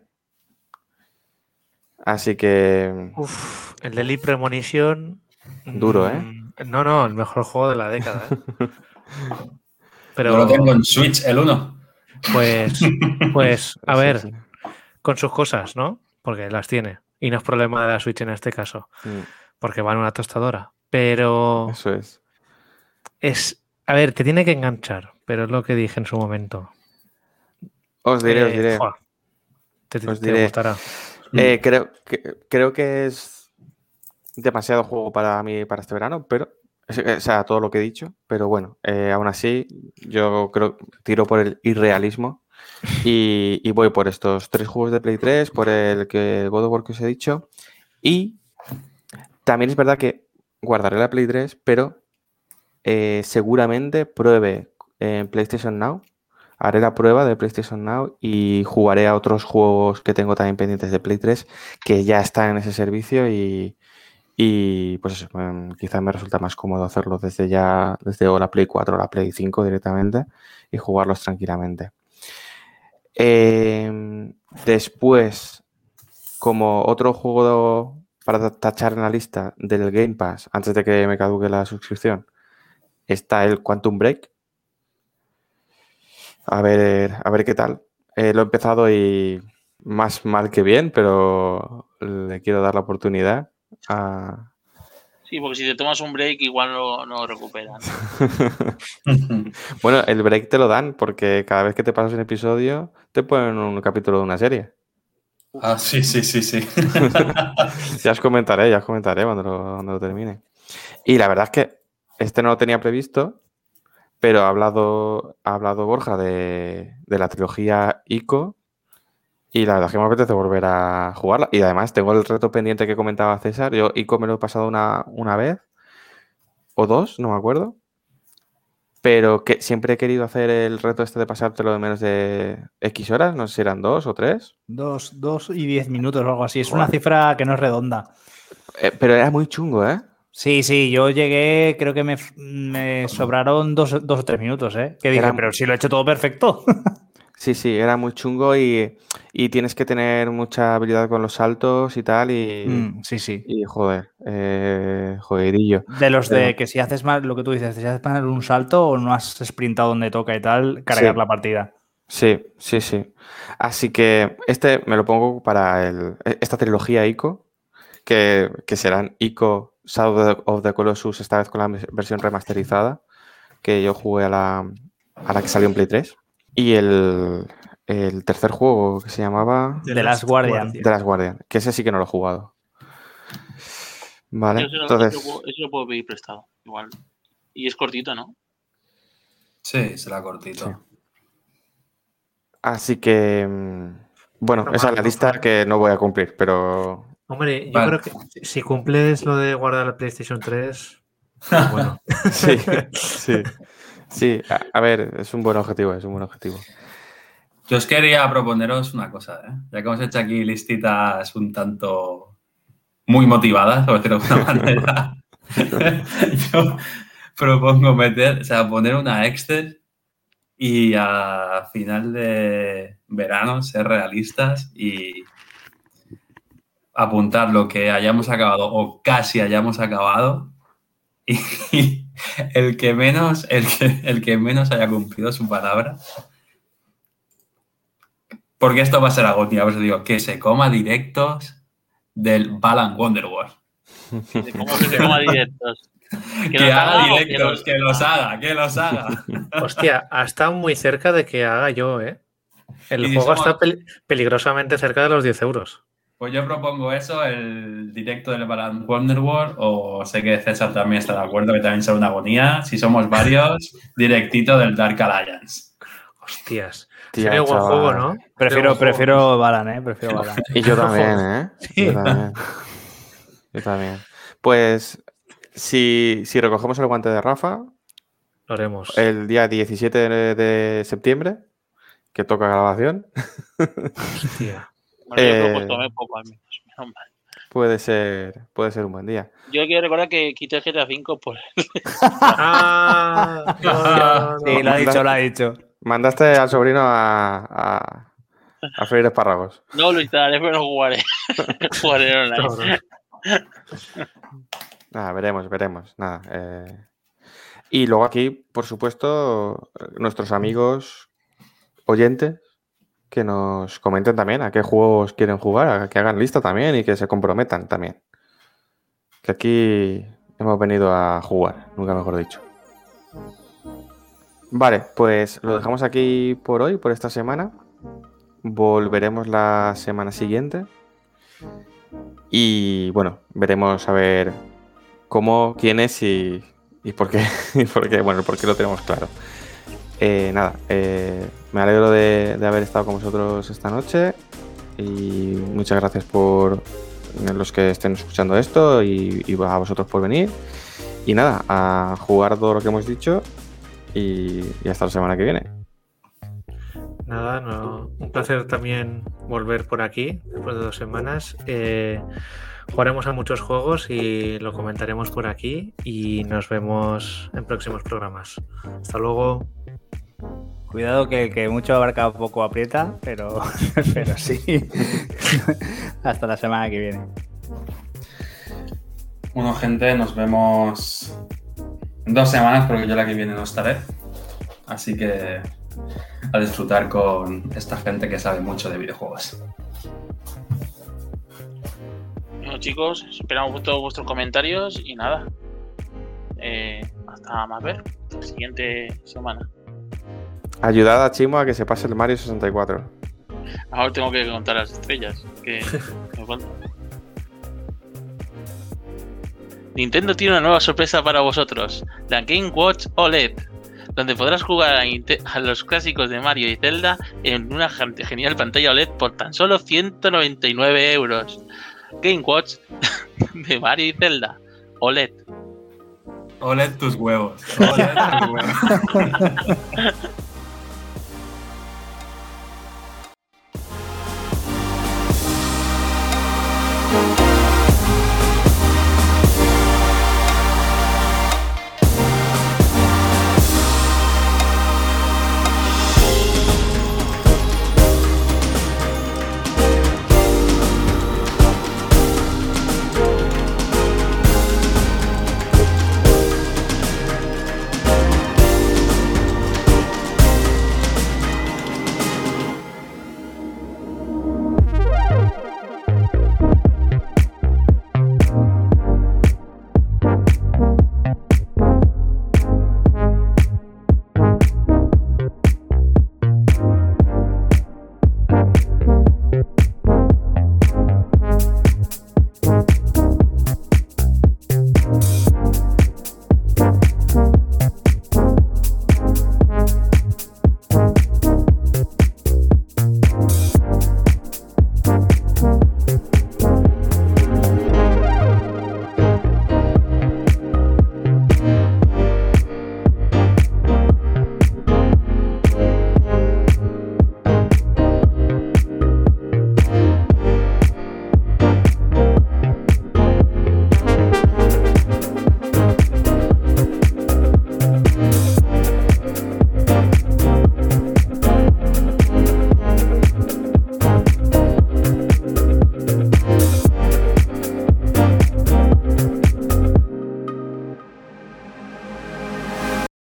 Así que Uf, el Deadly Premonition. duro, ¿eh? No, el mejor juego de la década, ¿eh? Pero, Yo lo tengo en Switch, el 1. pues, a Sí, ver, sí. con sus cosas, ¿no? Porque las tiene. Y no es problema de la Switch en este caso, porque va en una tostadora. Pero Eso es. a ver, te tiene que enganchar, pero es lo que dije en su momento. Os diré. Fua, te Os diré. gustará. Creo que es demasiado juego para mí para este verano, pero o sea, todo lo que he dicho, pero bueno, aún así yo creo tiro por el irrealismo y voy por estos 3 juegos de Play 3, por el God of War que os he dicho, y también es verdad que guardaré la Play 3, pero seguramente pruebe en PlayStation Now. Haré la prueba de PlayStation Now y jugaré a otros juegos que tengo también pendientes de Play 3 que ya están en ese servicio y pues eso, quizás me resulta más cómodo hacerlo desde la Play 4 o la Play 5 directamente y jugarlos tranquilamente. Después, como otro juego para tachar en la lista del Game Pass antes de que me caduque la suscripción, está el Quantum Break. A ver qué tal. Lo he empezado y más mal que bien, pero le quiero dar la oportunidad a... Sí, porque si te tomas un break igual no lo recuperan. Bueno, el break te lo dan porque cada vez que te pasas un episodio te ponen un capítulo de una serie. Ah, sí. Ya os comentaré cuando lo termine. Y la verdad es que este no lo tenía previsto, pero ha hablado Borja de la trilogía ICO y la verdad es que me apetece volver a jugarla. Y además tengo el reto pendiente que comentaba César. Yo ICO me lo he pasado una vez o dos, no me acuerdo. Pero que siempre he querido hacer el reto este de pasártelo de menos de X horas, no sé si eran 2 o 3. 2 y 10 minutos o algo así. Es Joder. una cifra que no es redonda. Pero era muy chungo, ¿eh? Sí, yo llegué, creo que me sobraron 2 o 3 minutos, ¿eh? Que dije, pero si lo he hecho todo perfecto. Sí, era muy chungo y tienes que tener mucha habilidad con los saltos y tal Sí. Y joder, joderillo. De los de que si haces mal, lo que tú dices, si haces mal un salto o no has sprintado donde toca y tal, cargar la partida. Sí. Así que este me lo pongo para esta trilogía ICO, que serán ICO Shadow of the Colossus, esta vez con la versión remasterizada, que yo jugué a la que salió en Play 3. Y el tercer juego que se llamaba The Last Guardian. The Last Guardian, que ese sí que no lo he jugado. Vale, entonces... Eso lo puedo pedir prestado, igual. Y es cortito, ¿no? Sí, será cortito. Sí. Así que, bueno, esa es la lista que no voy a cumplir, pero... Hombre, yo creo que si cumples lo de guardar la PlayStation 3, pues bueno. Sí, a ver, es un buen objetivo, Yo os quería proponeros una cosa, ¿eh? Ya que hemos hecho aquí listitas un tanto muy motivadas, por decirlo de alguna manera. Yo propongo poner una Excel y a final de verano ser realistas y apuntar lo que hayamos acabado o casi hayamos acabado y el que menos haya cumplido su palabra, porque esto va a ser agonía, os digo, que se coma directos del Balan Wonderworld. ¿Cómo que se coma directos? Que haga directos, que los haga. Hostia, ha estado muy cerca de que haga yo, ¿eh? El juego está peligrosamente cerca de los 10 euros. Pues yo propongo eso, el directo del Balan Wonderworld, o sé que César también está de acuerdo, que también será una agonía. Si somos varios, directito del Dark Alliance. Hostias. Sería buen juego, ¿no? Prefiero Balan, ¿eh? Prefiero Balan. Y yo también, ¿eh? Sí. Yo también. Pues si recogemos el guante de Rafa, lo haremos. El día 17 de septiembre que toca grabación. Hostia. Bueno, yo creo que tomé poco al menos. Menos mal. Puede ser un buen día. Yo quiero recordar que quité el GTA V por... Ah, no. Sí, lo ha dicho. Mandaste al sobrino a freír espárragos. No lo instalaré, pero no jugaré. Jugaré online. Nada, veremos. Nada. Y luego aquí, por supuesto, nuestros amigos oyentes que nos comenten también a qué juegos quieren jugar, a que hagan lista también y que se comprometan también. Que aquí hemos venido a jugar, nunca mejor dicho. Vale, pues lo dejamos aquí por hoy, por esta semana. Volveremos la semana siguiente. Y bueno, veremos a ver cómo, quién es y por qué. Bueno, por qué lo tenemos claro. Nada, me alegro de haber estado con vosotros esta noche. Y muchas gracias por los que estén escuchando esto y a vosotros por venir. Y nada, a jugar todo lo que hemos dicho. Y hasta la semana que viene. Nada, no. Un placer también volver por aquí después de 2 semanas. Jugaremos a muchos juegos y lo comentaremos por aquí y nos vemos en próximos programas. Hasta luego. Cuidado que mucho abarca poco aprieta, pero sí. Hasta la semana que viene. Bueno, gente, nos vemos en 2 semanas porque yo la que viene no estaré. Así que a disfrutar con esta gente que sabe mucho de videojuegos. Bueno, chicos, esperamos todos vuestros comentarios y nada. Hasta más ver la siguiente semana. Ayudad a Chimo a que se pase el Mario 64. Ahora tengo que contar las estrellas que me faltan. Nintendo tiene una nueva sorpresa para vosotros, la Game Watch OLED, donde podrás jugar a los clásicos de Mario y Zelda en una genial pantalla OLED por tan solo 199 €. Game Watch de Mario y Zelda OLED. OLED tus huevos. OLED tus huevos.